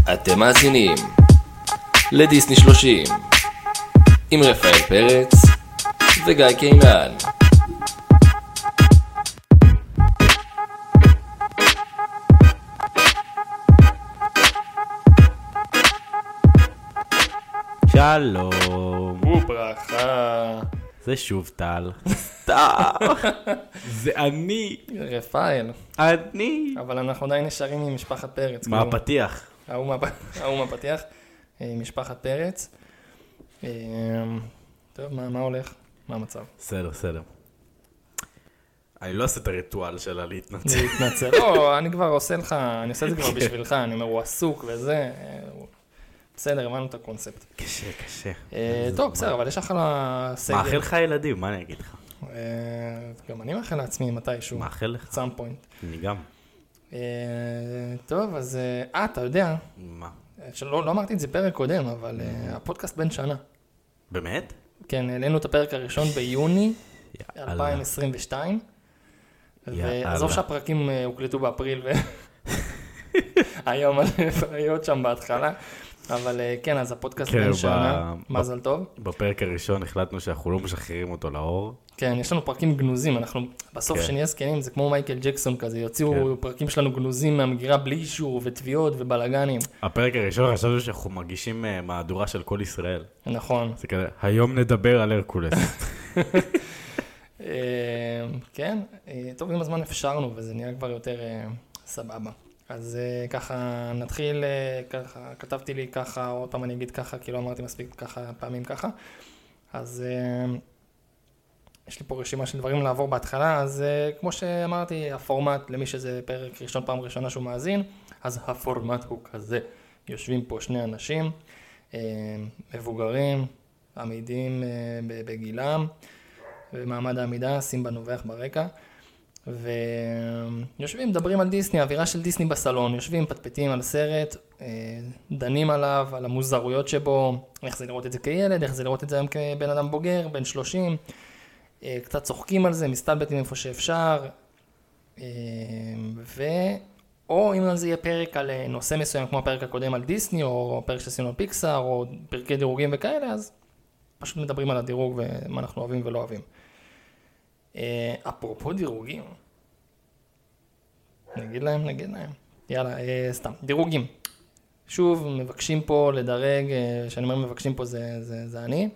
אתם מאזינים לדיסני 30 עם רפאל פרץ וגיא קינן. שלום. וברכה. זה שוב טל. סתם. זה אני. רפאל. אני. אבל אנחנו עדיין נשארים עם משפחת פרץ. מה הפתיח? ההוא מהפתיח. משפחת פרץ. טוב, מה הולך? מה המצב? בסדר. אני לא עושה את הריטואל שלה להתנצל. להתנצל. לא, אני כבר עושה לך, אני עושה את זה כבר בשבילך. אני אומר, הוא עסוק וזה. בסדר, הבנו את הקונספט. קשה. טוב, בסדר, אבל יש לך סגל. מאחל לך ילדים, מה אני אגיד לך? גם אני מאחל לעצמי מתישהו. מאחל לך? some point. אני גם. טוב, אז אתה יודע, מה? לא אמרתי את זה פרק קודם, אבל הפודקאסט בן שנה. באמת? כן, העלינו את הפרק הראשון ביוני 2022. ועזוב שהפרקים הוקלטו באפריל והיום היו שם בהתחלה. אבל כן, אז הפודקאסט בן שנה, מזל טוב. בפרק הראשון החלטנו שאנחנו לא משחררים אותו לאור. כן, יש לנו פרקים גנוזים, אנחנו בסוף שנהיה זקנים, זה כמו מייקל ג'קסון כזה, יוציאו פרקים שלנו גנוזים מהמגירה בלי אישור ותביעות ובלגנים. הפרק הראשון חשבנו שאנחנו מרגישים מהדורה של כל ישראל. נכון. זה כזה, היום נדבר על הרקולס. כן, טוב, עם הזמן אפשרנו וזה נהיה כבר יותר סבבה. אז ככה נתחיל, ככה, כתבתי לי ככה, עוד פעם אני אגיד ככה, כי לא אמרתי מספיק ככה, פעמים ככה. אז יש לי פה רשימה של דברים לעבור בהתחלה, אז כמו שאמרתי, הפורמט, למי שזה פרק ראשון, פעם ראשונה שהוא מאזין, אז הפורמט הוא כזה. יושבים פה שני אנשים, מבוגרים, עמידים בגילם, ומעמד העמידה, שים בנובח ברקע. ויושבים, מדברים על דיסני, האווירה של דיסני בסלון, יושבים, פטפטים על סרט, דנים עליו, על המוזרויות שבו, איך זה לראות את זה כילד, איך זה לראות את זה היום כבן אדם בוגר, בן 30, קצת צוחקים על זה, מסתלבטים איפה שאפשר, או אם זה יהיה פרק על נושא מסוים, כמו הפרק הקודם על דיסני, או פרק שעשינו על פיקסאר, או פרקי דירוגים וכאלה, אז פשוט מדברים על הדירוג ומה אנחנו אוהבים ולא אוהבים. אפרופו דירוגים, נגיד להם, יאללה, סתם, דירוגים. שוב, מבקשים פה לדרג, שאני אומר מבקשים פה זה אני,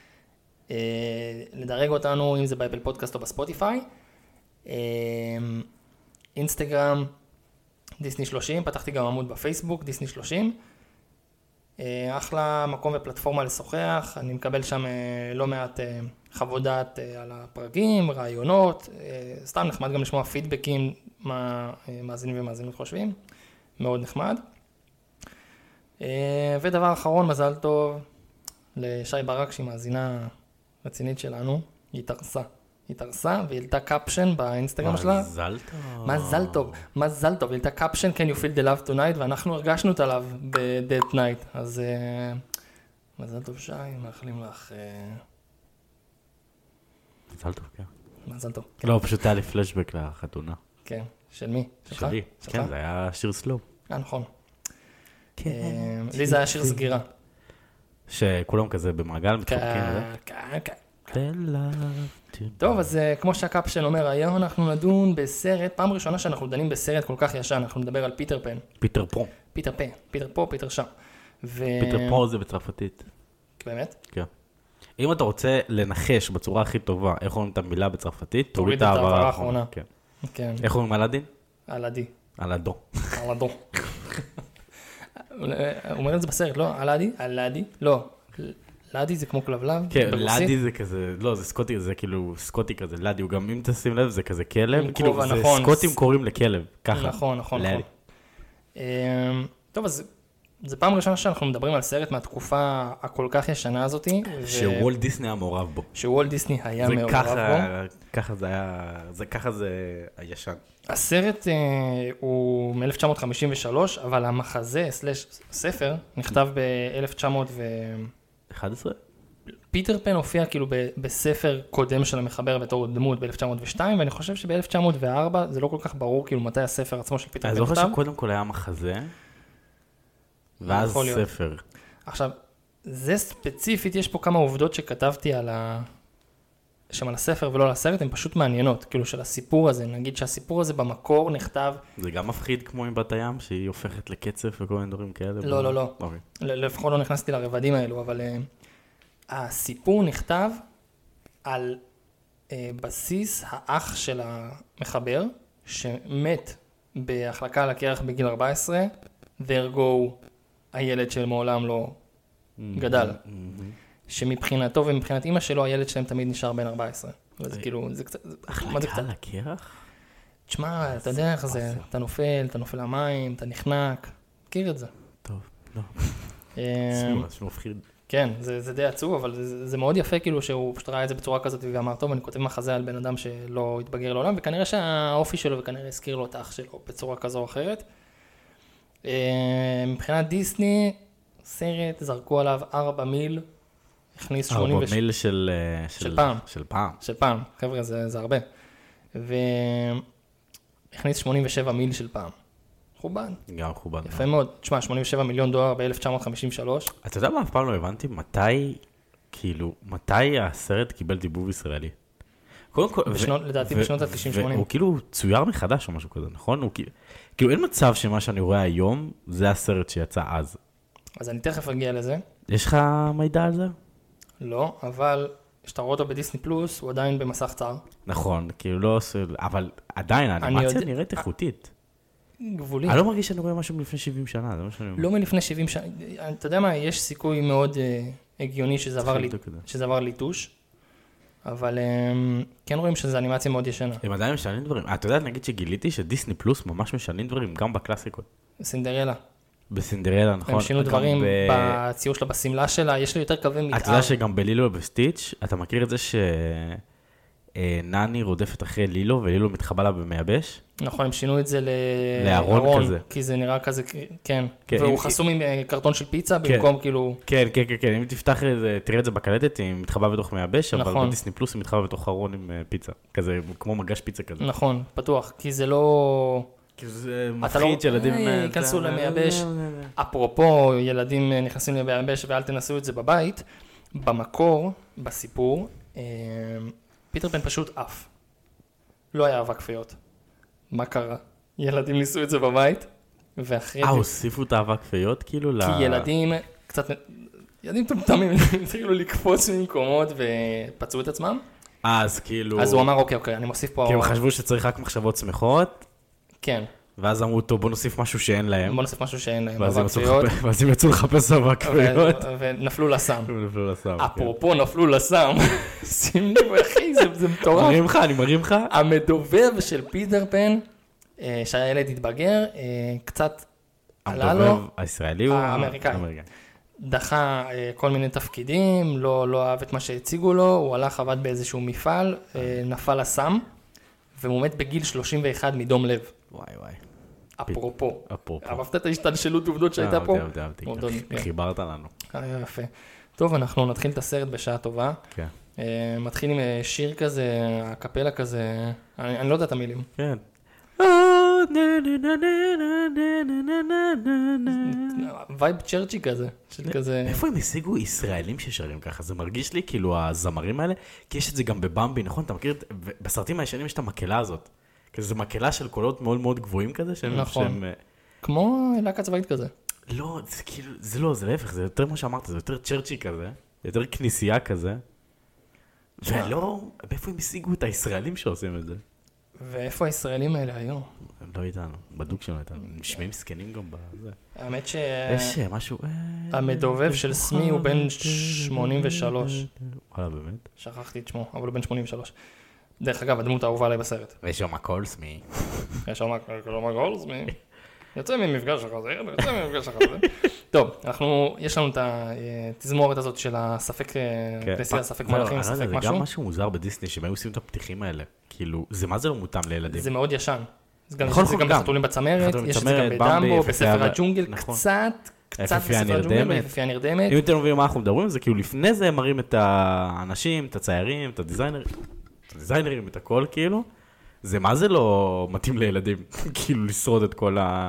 לדרג אותנו, אם זה באפל פודקאסט או בספוטיפיי, אינסטגרם, דיסני 30, פתחתי גם עמוד בפייסבוק, דיסני 30, אחלה מקום ופלטפורמה לשוחח, אני מקבל שם לא מעט חוות דעת על הפרקים, רעיונות, סתם נחמד גם לשמוע פידבקים, מה מאזינים ומאזינות חושבים, מאוד נחמד. ודבר אחרון, מזל טוב לשי ברק, שהיא מאזינה רצינית שלנו, היא התארסה והעלתה קפשן באינסטגרם שלה. מזל טוב, העלתה קפשן, can you feel the love tonight, ואנחנו הרגשנו את הלב ב-Dead Night, אז מזל טוב שי, מאחלים לך... מזל טוב, כן. מזל טוב. לא, פשוט היה לי פלשבק לחתונה. כן, של מי? שלי. כן, זה היה שיר סלו. נכון. לי זה היה שיר סגירה. שכולם כזה במעגל מתחבקים. כן. טוב, אז כמו שהקפשן אומר, היום אנחנו נדון בסרט, פעם ראשונה שאנחנו דנים בסרט כל כך ישן, אנחנו נדבר על פיטר פן. פיטר פו. פיטר פה, פיטר שם. פיטר פו זה בצרפתית. באמת? כן. אם אתה רוצה לנחש בצורה הכי טובה איך אומרים את המילה בצרפתית, תוריד את העברה האחרונה. כן. איך אומרים אלאדין? אלאדי. אלאדו. אלאדו. הוא אומר את זה בסרט, לא? אלאדי? לא. לאדי זה כמו כלבלב? כן, לאדי זה כזה, לא, זה סקוטי, זה כאילו סקוטי כזה, לאדי, הוא גם אם תשים לב, זה כזה כלב, כאילו זה סקוטים קוראים לכלב, ככה. נכון. טוב, אז זה פעם ראשונה שאנחנו מדברים על סרט מהתקופה הכל כך ישנה הזאת. שוולט דיסני היה מעורב בו. שוולט דיסני היה מעורב בו. ככה זה היה, ככה זה הישן. הסרט הוא מ-1953, אבל המחזה, ספר, נכתב ב-1911. פיטר פן הופיע כאילו בספר קודם של המחבר בתור דמות ב-1902, ואני חושב שב-1904 זה לא כל כך ברור כאילו מתי הספר עצמו של פיטר פן נכתב. אני זוכר שקודם כל היה מחזה, ואז ספר. עכשיו, זה ספציפית, יש פה כמה עובדות שכתבתי שם על הספר ולא על הסרט, הן פשוט מעניינות, כאילו של הסיפור הזה, נגיד שהסיפור הזה במקור נכתב... זה גם מפחיד כמו עם בת הים, שהיא הופכת לקצף וכל מיני דברים כאלה? לא. לפחות לא נכנסתי לרבדים האלו, אבל הסיפור נכתב על בסיס האח של המחבר, שמת בהחלקה על הקרח בגיל 14, והרגו הילד של מעולם לא גדל. שמבחינתו ומבחינת אמא שלו, הילד שלהם תמיד נשאר בן 14. וזה כאילו, זה קצת... החלקה על הקרח? תשמע, אתה יודע איך זה, אתה נופל למים, אתה נחנק, מכיר את זה. טוב, לא. שמפחיד. כן, זה די עצוב, אבל זה מאוד יפה כאילו שהוא פשוט ראה את זה בצורה כזאת ואמר, טוב, אני כותב מחזה על בן אדם שלא התבגר לעולם, וכנראה שהאופי שלו וכנראה הזכיר לו את האח שלו בצורה כזו או אחרת. מבחינת דיסני, סרט, זרקו עליו 4 מיל, הכניס 4 מיל של פעם. של פעם. חבר'ה, זה הרבה. והכניס 87 מיל של פעם. חובן. גם חובן. יפה מאוד. תשמע, $87 מיליון ב-1953. אתה יודע מה, אף פעם לא הבנתי מתי הסרט קיבל דיבוב ישראלי? קודם כל... לדעתי בשנות ה-90-80. והוא כאילו צויר מחדש או משהו כזה, נכון? כאילו אין מצב שמה שאני רואה היום, זה הסרט שיצא אז. אז אני תכף אגיע לזה. יש לך מידע על זה? לא, אבל כשאתה רואה אותו בדיסני פלוס, הוא עדיין במסך צר. נכון, כאילו לא עושה... אבל עדיין, האנימציה נראית איכותית. גבולית. אני לא מרגיש שאני רואה משהו מלפני 70 שנה, זה מה שאני אומר. לא מלפני 70 שנה. אתה יודע מה, יש סיכוי מאוד הגיוני שזה עבר ליטוש, אבל כן רואים שזה אנימציה מאוד ישנה. הם עדיין משנים דברים. אתה יודע, נגיד שגיליתי שדיסני פלוס ממש משנים דברים, גם בקלאסיקות. סינדרלה. בסינדרלה, נכון. הם שינו דברים בציור שלה, בסמלה שלה, יש לי יותר קווי מתאר. אתה יודע שגם בלילו ובסטיץ', אתה מכיר את זה שנני רודפת אחרי לילו, ולילו מתחבא לה במייבש? נכון, הם שינו את זה לארון כזה. כי זה נראה כזה, כן. והוא חסום עם קרטון של פיצה, במקום כאילו... כן, אם תפתח את זה, תראה את זה בקלטת, היא מתחבא בתוך מייבש, אבל בדיסני פלוס היא מתחבא בתוך ארון עם פיצה. כזה, כמו מגש פיצה כזה. נכון, פתוח, כי זה לא... כי זה מפחיד שילדים... ייכנסו למייבש. אפרופו, ילדים נכנסים למייבש ואל תנסו את זה בבית, במקור, בסיפור, פיטר פן פשוט עף. לא היה אבק כפיות. מה קרה? ילדים ניסו את זה בבית, ואחרי... הוסיפו את האבק כפיות כאילו ל... כי ילדים קצת... ילדים טומטמים התחילו לקפוץ ממקומות ופצעו את עצמם. אז כאילו... אז הוא אמר, אוקיי, אני מוסיף פה... כי הם חשבו שצריך רק מחשבות שמחות. כן. ואז אמרו, טוב, בוא נוסיף משהו שאין להם. בוא נוסיף משהו שאין להם. ואז הם יצאו לחפש אבק כפיות. ונפלו לסם. אפרופו נפלו לסם. שים לב, אחי, זה מטורף. אני מרים לך. המדובב של פיטר פן, שהילד התבגר, קצת עלה לו. המדובב הישראלי הוא? האמריקאי. דחה כל מיני תפקידים, לא אהב את מה שהציגו לו, הוא הלך עבד באיזשהו מפעל, נפל לסם, והוא מת בגיל 31 מדום לב. וואי. אפרופו. אהבת את ההשתלשלות עובדות שהייתה פה? אהבתי. חיברת לנו. יפה. טוב, אנחנו נתחיל את הסרט בשעה טובה. כן. מתחיל עם שיר כזה, הקפלה כזה, אני לא יודע את המילים. כן. וייב צ'רצ'י כזה, של כזה... איפה הם השיגו ישראלים ששרים ככה? זה מרגיש לי כאילו הזמרים האלה, כי יש את זה גם בבמבי, נכון? אתה מכיר, בסרטים הישנים יש את המקהלה הזאת. כזה מקהלה של קולות מאוד מאוד גבוהים כזה. נכון. כמו להקה צבאית כזה. לא, זה כאילו, זה לא, זה להפך, זה יותר מה שאמרת, זה יותר צ'רצ'י כזה, יותר כנסייה כזה. ולא, באיפה הם השיגו את הישראלים שעושים את זה? ואיפה הישראלים האלה היום? הם לא איתנו, בדוק שלנו איתנו, הם נשמעים סקנים גם בזה. האמת ש... יש משהו... המדובב של סמי הוא בן 83. וואלה, באמת? שכחתי את שמו, אבל הוא בן 83. דרך אגב, הדמות האהובה עליי בסרט. יש שם הכל סמי. יש שם הכל סמי. יוצא ממפגש אחר זה. טוב, יש לנו את התזמורת הזאת של הספק, כנסייה, ספק מלאכים, ספק משהו. זה גם משהו מוזר בדיסני, שהם היו עושים את הפתיחים האלה. כאילו, מה זה לא מותאם לילדים? זה מאוד ישן. זה גם בחתולים בצמרת, יש את זה גם בדמבו, בספר הג'ונגל, קצת בספר הג'ונגל, ביפייה נרדמת. אם אתם מבינים מה אנחנו מדברים, זה כאילו לפני זה הם מראים את האנשים, את הציירים, את הדיזיינרים, את הכל כאילו. זה מה זה לא מתאים לילדים, כאילו לשרוד את כל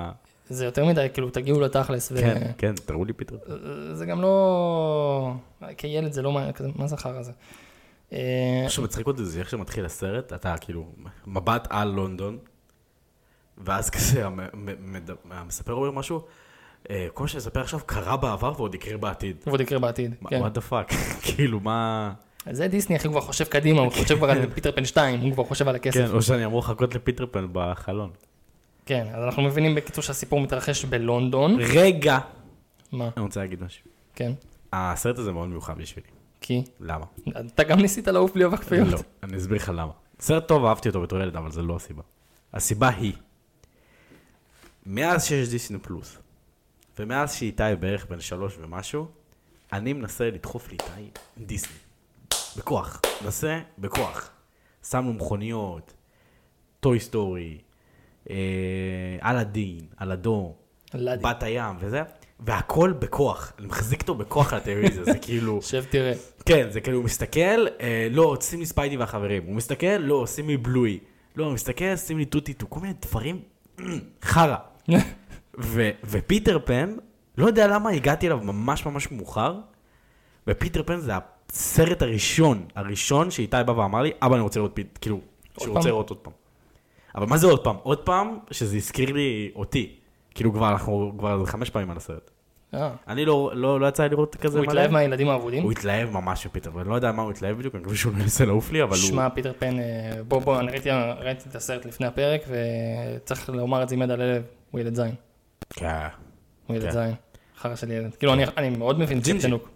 זה יותר מדי, כאילו, תגיעו לתכלס. כן, כן, תראו לי פיטר. זה גם לא... כילד זה לא מה זכר הזה. מה שמצחיק אותי זה איך שמתחיל הסרט, אתה כאילו מבט על לונדון, ואז כזה המספר אומר משהו, כל מה שאני אספר עכשיו קרה בעבר ועוד יקרה בעתיד. ועוד יקרה בעתיד, כן. what the fuck, כאילו מה... זה דיסני, אחי, הוא כבר חושב קדימה, הוא חושב כבר על פיטר פן 2, הוא כבר חושב על הכסף. כן, או שאני אמור לחכות לפיטר פן בחלון. כן, אז אנחנו מבינים בקיצור שהסיפור מתרחש בלונדון. רגע! מה? אני רוצה להגיד משהו. כן. הסרט הזה מאוד מיוחד בשבילי. כי? למה? אתה גם ניסית לעוף בלי אבק פיות. לא, אני אסביר לך למה. סרט טוב, אהבתי אותו בתור ילד, אבל זה לא הסיבה. הסיבה היא, מאז שיש דיסני פלוס, ומאז שאיתי בערך בן 3 ומשהו, אני מנסה לדחוף לאיתי דיסני. בכוח. מנסה בכוח. שמנו מכוניות, טוי סטורי, אלאדין, אלאדו, בת הים וזה, והכל בכוח. אני מחזיק אותו בכוח על הטלוויזיה, זה כאילו... שב תראה. כן, זה כאילו, הוא מסתכל, לא, שים לי ספיידי והחברים. הוא מסתכל, לא, שים לי בלוי. לא, הוא מסתכל, שים לי טוטיטו. כל מיני דברים, חרה. ופיטר פן, לא יודע למה הגעתי אליו ממש ממש מאוחר, ופיטר פן זה הסרט הראשון שאיתי בא ואמר לי, אבא אני רוצה לראות כאילו, שהוא רוצה לראות עוד פעם. אבל מה זה עוד פעם? עוד פעם שזה הזכיר לי אותי. כאילו אנחנו כבר 5 פעמים על הסרט. אני לא יצא לי לראות כזה מלא. הוא התלהב מהילדים העבודים? הוא התלהב ממש בפיטר פן, אני לא יודע מה הוא התלהב בדיוק, אני חושב שהוא מנסה לעוף לי, אבל הוא... שמע, פיטר פן, בוא, אני ראיתי את הסרט לפני הפרק, וצריך לומר את זה עם יד על הלב, הוא ילד זין. כן. הוא ילד זין, חרא של ילד. כאילו, אני מאוד מבין קפטן הוק.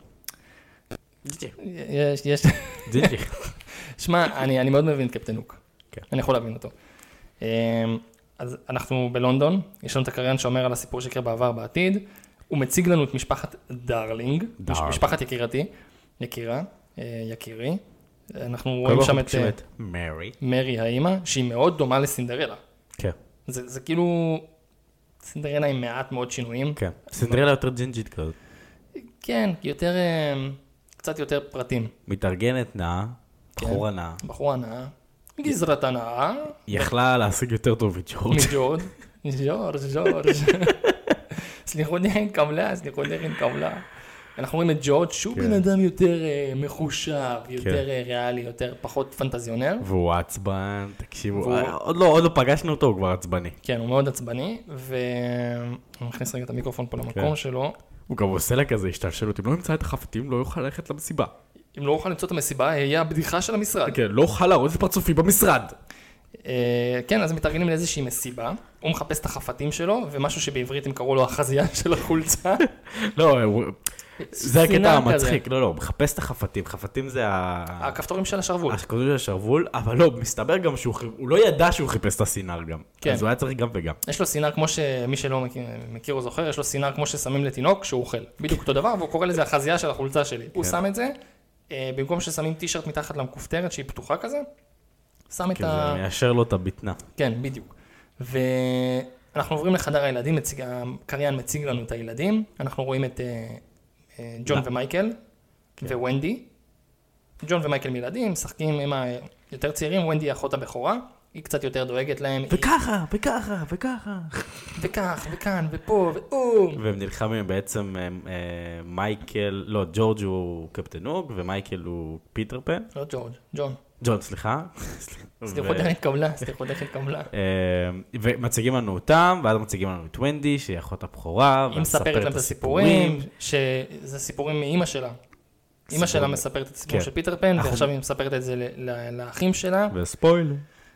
יש... ג'ינג'י. שמע, אני מאוד מבין קפטן הוק. כן. אני יכול להבין אותו. אז אנחנו בלונדון, יש לנו את הקריין שאומר על הסיפור שיקרה בעבר בעתיד, הוא מציג לנו את משפחת דארלינג, משפחת יקירה, יקירי. אנחנו רואים שם את מרי האמא, שהיא מאוד דומה לסינדרלה. כן. זה כאילו סינדרלה עם מעט מאוד שינויים. כן. סינדרלה יותר ג'ינג'ית כזאת. כן, קצת יותר פרטים. מתארגנת נאה, בחורה נאה. בחורה נאה. גזרת הנאה. יכלה להשיג יותר טוב מג'ורג'. ג'ורג'. סליחו דרך קמלה. אנחנו רואים את ג'ורג' שהוא בן אדם יותר מחושב, יותר ריאלי, יותר פחות פנטזיונר. והוא עצבן, תקשיבו, עוד לא פגשנו אותו, הוא כבר עצבני. כן, הוא מאוד עצבני, ואני מכניס רגע את המיקרופון פה למקום שלו. הוא גם עושה לה כזה השתלשלות, אם לא ימצא את החפתים, לא יוכל ללכת למסיבה. אם לא יוכל למצוא את המסיבה, יהיה הבדיחה של המשרד. כן, לא יוכל להראות את פרצופי במשרד. כן, אז הם מתארגנים לאיזושהי מסיבה, הוא מחפש את החפתים שלו, ומשהו שבעברית הם קראו לו החזייה של החולצה. לא, זה הקטע המצחיק, לא, מחפש את החפתים, חפתים זה הכפתורים של השרוול. הכפתורים של השרוול, אבל לא, מסתבר גם שהוא לא ידע שהוא חיפש את הסינר גם, אז הוא היה צריך גם וגם. יש לו סינר כמו שמי שלא מכיר או זוכר, יש לו סינר כמו ששמים לתינוק שהוא אוכל, בדיוק אותו דבר, והוא קורא לזה החזייה של החולצה שלי. הוא שם את זה, במקום ששמים טישרט מתחת למכופתרת שהיא פתוחה כזה, שם את זה מיישר לו את הביטנה. כן, בדיוק. ואנחנו עוברים לחדר הילדים, הקריין מציג לנו את הילדים, אנחנו רואים את ג'ון ומייקל וונדי. ג'ון ומייקל מילדים, משחקים עם היותר צעירים, וונדי היא אחות הבכורה, היא קצת יותר דואגת להם. וככה. וכך, וכאן, ופה, ואום. והם נלחמים בעצם מייקל, לא, ג'ורג' הוא קפטן הוק, ומייקל הוא פיטר פן. לא ג'ורג', ג'ון. ג'ון, סליחה. סליחו דרך קמלה. ומציגים לנו אותם, ואז מציגים לנו את וונדי, שהיא אחות הבכורה. היא מספרת להם את הסיפורים, שזה סיפורים מאמא שלה. אמא שלה מספרת את הסיפור של פיטר פן, ועכשיו היא מספרת את זה לאחים שלה. וספוילר.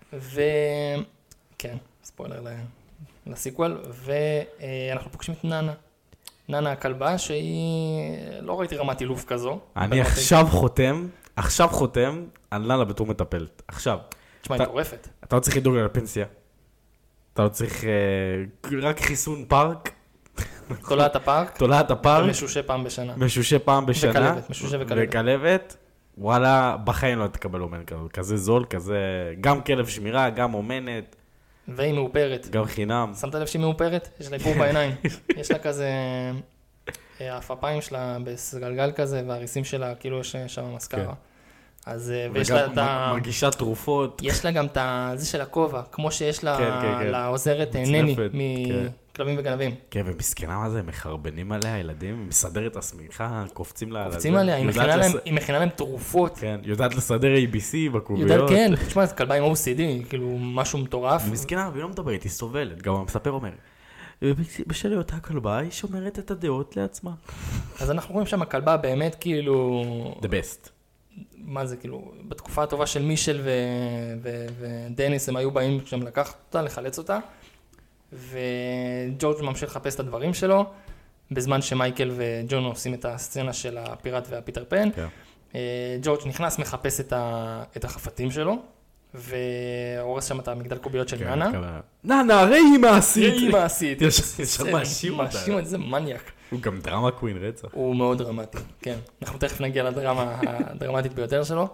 כן, ספוילר לסיקוול. ואנחנו פוגשים את נאנה. נאנה הכלבה, שהיא... לא ראיתי רמת אילוף כזו. אני עכשיו חותם על נאנה בתור מטפלת. עכשיו. תשמע, היא טורפת. אתה לא צריך לדאוג לפנסיה. אתה לא צריך רק חיסון פארק. תולעת הפארק. משושה פעם בשנה. וכלבת. וואלה, בחיים לא תקבל אומן כזה זול, כזה, גם כלב שמירה, גם אומנת. והיא מאופרת. גם חינם. שמת לב שהיא מאופרת? יש לה איפור בעיניים. יש לה כזה, הפפיים שלה בסגלגל כזה, והריסים שלה, כאילו יש שם מסקרה. אז, ויש לה את ה... מרגישה תרופות. יש לה גם את זה של הכובע, כמו שיש לה כן. לעוזרת נני כן. מכלבים וגנבים. כן, ומסכנה מה זה, הם מחרבנים עליה, ילדים, היא מסדרת את השמיכה, קופצים לה. קופצים עליה, היא מכינה להם תרופות. כן, יודעת לסדר ABC בקוביות. כן, תשמע, זה כלבה עם OCD, כאילו משהו מטורף. מסכנה, והיא לא מדברת, היא סובלת, גם המספר אומר. בשל היותה כלבה, היא שומרת את הדעות לעצמה. אז אנחנו רואים שם הכלבה באמת כאילו... The best. מה זה, כאילו, בתקופה הטובה של מישל ודניס, הם היו באים שם לקחת אותה, לחלץ אותה, וג'ורג' ממשיך לחפש את הדברים שלו, בזמן שמייקל וג'ון עושים את הסצנה של הפיראט והפיטר פן. ג'ורג' נכנס, מחפש את החפתים שלו, והורס שם את המגדל קוביות של נאנה. נאנה, ראי מה עשית. ראי מה עשית. ישר מאשים אותה. מאשים את זה מניאק. הוא גם דרמה קווין רצח. הוא מאוד דרמטי, כן. אנחנו תכף נגיע לדרמה הדרמטית ביותר שלו.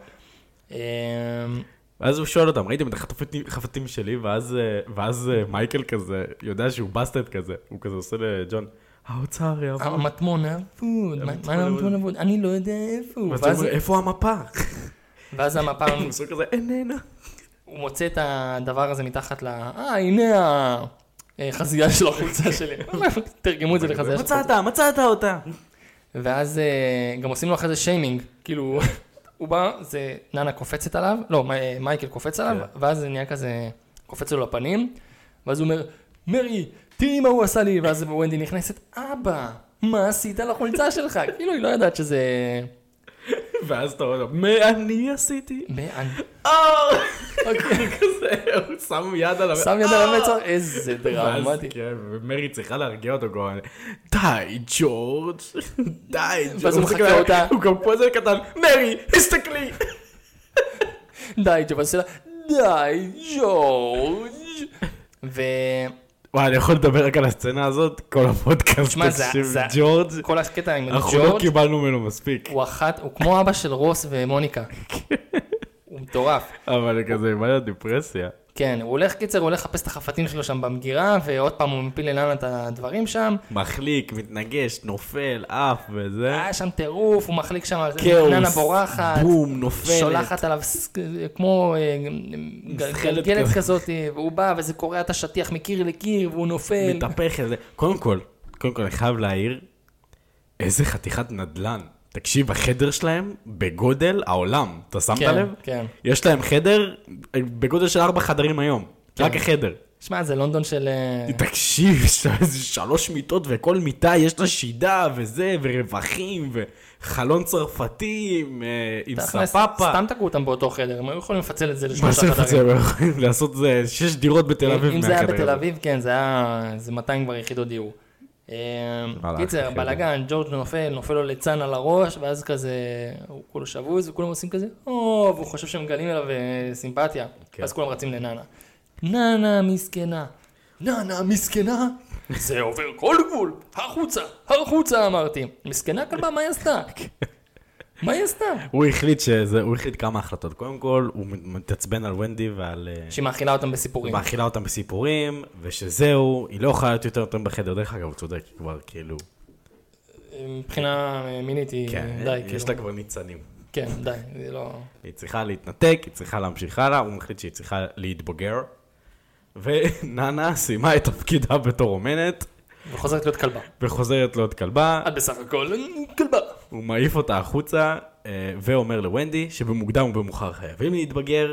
ואז הוא שואל אותם, ראיתם את החפתים שלי, ואז מייקל כזה, יודע שהוא בסטד כזה, הוא כזה עושה לג'ון, האוצר יעבוד. המטמון אבוד, מה המטמון אבוד? אני לא יודע איפה הוא. ואז הוא אומר, איפה המפה? ואז המפה... הוא עושה כזה, איננה. הוא מוצא את הדבר הזה מתחת הנה החזייה של החולצה שלי. תרגמו את זה לחזייה של החולצה. מצאת אותה. ואז גם עושים לו אחרי זה שיימינג, כאילו, הוא בא, זה נאנה קופצת עליו, לא, מייקל קופץ עליו, ואז זה נהיה כזה, קופץ לו לפנים, ואז הוא אומר, מרי, תראי מה הוא עשה לי, ואז ונדי נכנסת, אבא, מה עשית על החולצה שלך? כאילו, היא לא יודעת שזה... ואז אתה אומר, מה אני עשיתי? כזה, הוא שם יד על המצח. שם יד על המצח, איזה דרמטי. ומרי צריכה להרגיע אותו כבר, די ג'ורג', די ג'ורג'. ואז הוא מחכה אותה. הוא גם פה זה קטן, מרי, הסתכלי. די ג'ורג', די ג'ורג'. וואי, אני יכול לדבר רק על הסצנה הזאת, כל הפודקאסט, תקשיב, ג'ורג', כל הקטע עם אנחנו לא קיבלנו ממנו מספיק. הוא כמו אבא של רוס ומוניקה. הוא מטורף. אבל כזה, מה הדיפרסיה? כן, הוא הולך לחפש את החפתים שלו שם במגירה, ועוד פעם הוא מפיל אלינו את הדברים שם. מחליק, מתנגש, נופל, אף וזה. היה שם טירוף, הוא מחליק שם, כאוס, נאנה בורחת, בום, נופלת. שולחת עליו כמו גלגלת כזאת, והוא בא וזה קורע את השטיח מקיר לקיר, והוא נופל. מתהפך איזה. קודם כל, אני חייב להעיר, איזה חתיכת נדלן. תקשיב, החדר שלהם בגודל העולם, אתה שמת לב? כן. יש להם חדר בגודל של 4 חדרים היום, רק החדר. שמע, זה לונדון של... תקשיב, 3 מיטות וכל מיטה יש לה שידה וזה, ורווחים, וחלון צרפתי עם ספאפה. סתם תקעו אותם באותו חדר, הם היו יכולים לפצל את זה ל3 מה חדרים. הם יכולים לעשות 6 דירות בתל אביב. אם זה היה בתל אביב, כן, זה 200 כבר יחידות דיור. קיצר, בלגן, ג'ורג' נופל לו ליצן על הראש, ואז כזה, הוא כולו שבוז, וכולם עושים כזה, והוא חושב שהם מגלים אליו סימפתיה, ואז כולם רצים לנאנה. נאנה מסכנה. נאנה מסכנה? זה עובר כל גבול, החוצה אמרתי. מסכנה כלבה, מה היא עשתה? מה היא עשתה? הוא החליט כמה החלטות. קודם כל, הוא מתעצבן על ונדי ועל... שהיא מאכילה אותם בסיפורים. ושזהו, היא לא יכולה להיות יותר בחדר. דרך אגב, הוא צודק, כבר כאילו... מבחינה מינית היא די. יש לה כבר ניצנים. כן, די, זה לא... היא צריכה להתנתק, היא צריכה להמשיך הלאה, הוא מחליט שהיא צריכה להתבוגר. ונאנה סיימה את תפקידה בתור אומנת. וחוזרת להיות כלבה. את בסך הכל כלבה. הוא מעיף אותה החוצה, ואומר לוונדי שבמוקדם ובמאוחר חייבים להתבגר,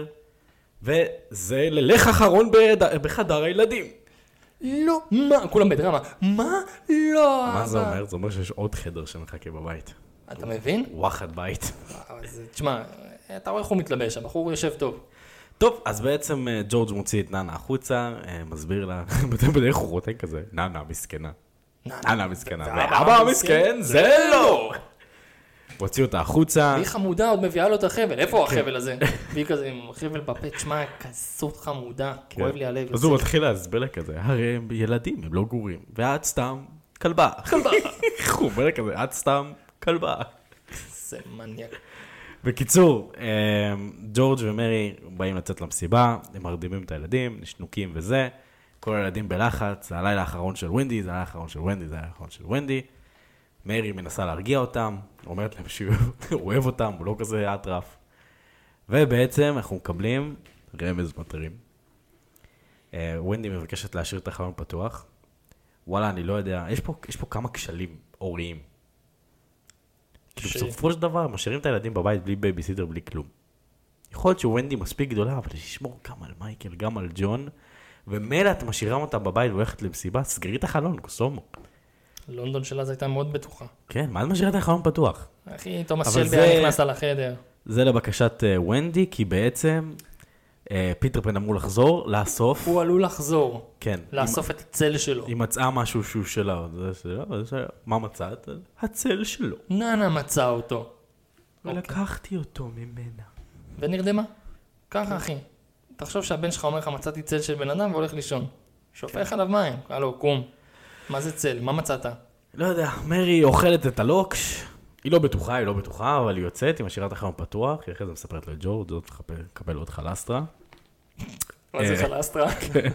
וזה ללך אחרון בחדר הילדים. לא, מה? כולם בדרמה. מה? לא. מה זה אומר? זה אומר שיש עוד חדר שמחכה בבית. אתה מבין? וואחד בית. תשמע, אתה רואה איך הוא מתלבש, הבחור יושב טוב. טוב, אז בעצם ג'ורג' מוציא את נאנה החוצה, מסביר לה, בדרך הוא רוטן כזה, נאנה מסכנה. נאנה מסכנה. ואבא מסכן, זה לא! הוציא אותה החוצה. והיא חמודה, עוד מביאה לו את החבל. איפה החבל הזה? והיא כזה עם חבל בפה, תשמע, כזאת חמודה, כואב לי הלב. אז הוא מתחיל להסביר לה כזה, הרי הם ילדים, הם לא גורים, ואת סתם כלבה. הוא אומר כזה, את סתם כלבה. זה מניאק. בקיצור, ג'ורג' ומרי באים לצאת למסיבה, הם מרדימים את הילדים, נשנוקים וזה, כל הילדים בלחץ, זה הלילה האחרון של ונדי, זה הלילה האחרון של ונדי, זה הלילה האחרון של ונדי. מרי מנסה להרגיע אותם, אומרת להם שהוא אוהב אותם, הוא לא כזה אטרף. ובעצם אנחנו מקבלים רמז מטרים. ונדי מבקשת להשאיר את החלון פתוח. וואלה, אני לא יודע, יש פה כמה כשלים הוריים. כאילו בסופו של דבר, משאירים את הילדים בבית בלי בייביסיטר, בלי כלום. יכול להיות שוונדי מספיק גדולה, אבל שישמור גם על מייקל, גם על ג'ון, ומילא את משאירה אותה בבית והולכת למסיבה, סגרי את החלון, קוסומו. לונדון שלה זו הייתה מאוד בטוחה. כן, מה את משאירה את החלון פתוח? אחי, תומאס שלבי היה נכנס על החדר. זה לבקשת ונדי, כי בעצם פיטר פן אמור לחזור, לאסוף. הוא עלול לחזור. כן. לאסוף את הצל שלו. היא מצאה משהו שהוא שלה. מה מצאת? הצל שלו. ננה מצא אותו. ולקחתי אותו ממנה. ונרדמה. ככה, אחי. תחשוב שהבן שלך אומר לך, מצאתי צל של בן אדם והולך לישון. שופך עליו מים. הלו, קום. מה זה צל? מה מצאת? לא יודע, מרי אוכלת את הלוקש. היא לא בטוחה, אבל היא יוצאת, היא משאירה את החלון פתוח, היא אחרי זה מספרת לג'ורג', זאת קבל עוד חלסטרה. מה זה חלסטרה? כן.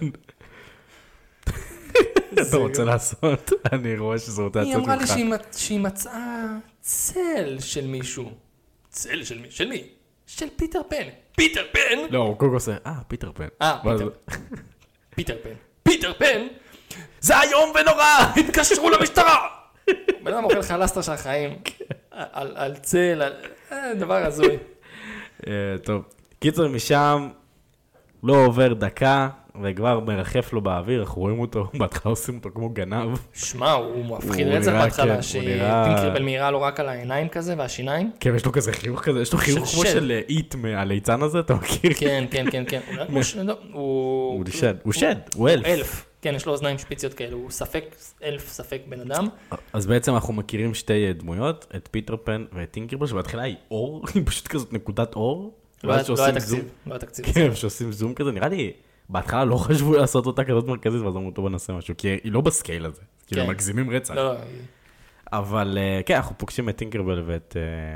אתה רוצה לעשות? אני רואה שזה רוצה היא לעשות אמרה ממך. לי שהיא מצאה צל של מישהו. צל של מי? של מי? של פיטר פן. פיטר פן? לא, הוא קודם עושה, פיטר פן. פיטר פן. פיטר פן? זה היום ונורא! התקשרו למשטרה! בן אדם אוכל חלסטרה של החיים. על צל, דבר הזוי. טוב, קיצור משם, לא עובר דקה, וכבר מרחף לו באוויר, אנחנו רואים אותו, בהתחלה עושים אותו כמו גנב. שמע, הוא מפחיד הוא רצח נראה, בהתחלה, כן, שטינקרבל מהירה לו רק על העיניים כזה, והשיניים. כן, יש לו כזה חיוך כזה, יש לו חיוך כמו של איט מהליצן הזה, אתה מכיר? כן, כן, כן, כן. הוא שד, הוא אלף. כן, יש לו אוזניים שפיציות כאלה, הוא ספק בן אדם. אז בעצם אנחנו מכירים שתי דמויות, את פיטר פן ואת טינקרבל, שבהתחלה היא אור, היא פשוט כזאת נקודת אור. לא היה תקציב. כן, שעושים זום כזה, נראה לי, בהתחלה לא חשבו לעשות אותה כזאת מרכזית, ואז אמרו אותו בנעשה משהו, כי היא לא בסקייל הזה, כאילו מגזימים רצח. לא. אבל כן, אנחנו פוגשים את טינקרבל ואת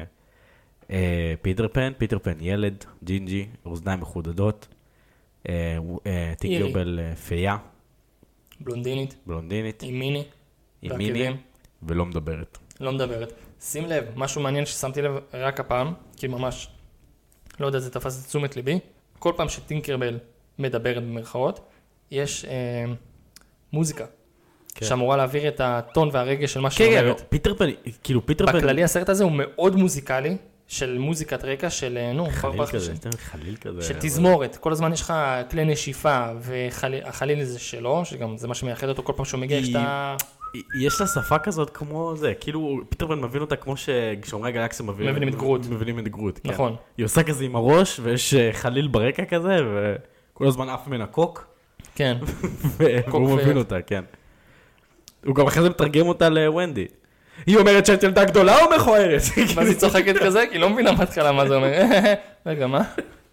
פיטר פן ילד, ג'ינג'י, אוזניים מחודדות, טינקרבל פייה. בלונדינית. עם מיני. ולא מדברת. לא מדברת. שים לב, משהו מעניין ששמתי לב רק הפעם, כי ממש, לא יודע, זה תפס את תשומת ליבי. כל פעם שטינקרבל מדברת במרכאות, יש מוזיקה. שאמורה להעביר את הטון והרגש של מה שהיא אומרת. פיטר פן... בכללי הסרט הזה הוא מאוד מוזיקלי, של מוזיקת רקע, של חליל כזה. של תזמורת. כל הזמן יש לך כלי נשיפה, והחליל הזה שלו, שגם זה מה שמייחד אותו כל פעם שהוא מגיע, יש לה שפה כזאת כמו זה, כאילו פיטר פן מבין אותה כמו ששומרי הגלקסיה מבינים את גרוט. נכון. היא עושה כזה עם הראש, ויש חליל ברקע כזה, וכל הזמן אף מן הקוק. כן. והוא מבין אותה, כן. הוא גם אחרי זה מתרגם אותה לוונדי. היא אומרת שאת ילדה גדולה או מכוערת? ואז היא צוחקת כזה, כי לא מבינה בהתחלה מה זה אומר. רגע, מה?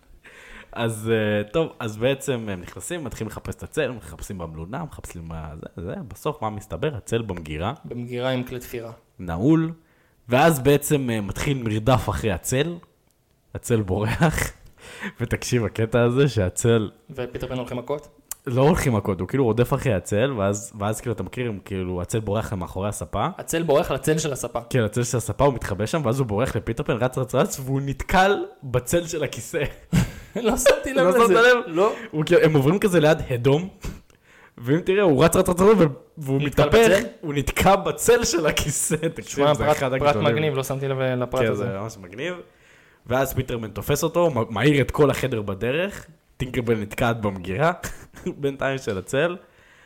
אז טוב, אז בעצם הם נכנסים, מתחילים לחפש את הצל, מחפשים במלונה, מחפשים זה, בסוף מה מסתבר? הצל במגירה. במגירה עם כלי תפירה. נעול, ואז בעצם מתחיל מרדף אחרי הצל, הצל בורח, ותקשיב הקטע הזה שהצל... ופיטר פן הולכים מכות? לא הולכים מכות, הוא כאילו רודף אחרי הצל, ואז כאילו אתה מכיר, כאילו הצל בורח מאחורי הספה. הצל בורח לצל של הספה. כן, לצל של הספה, הוא מתחבא שם, ואז הוא בורח לפיטר פן, רץ, והוא נתקל בצל של הכיסא. לא שמתי לב לזה. לא. הם עוברים כזה ליד הדום, ואם תראה, הוא רץ, והוא מתהפך, הוא נתקע בצל של הכיסא. תשמע, פרט מגניב, לא שמתי לב לפרט הזה. כן, זה ממש מגניב. ואז פיטרמן תופס אותו, מעיר את כל החדר בדרך, טינקרבל נתקעת במגירה, בינתיים של הצל,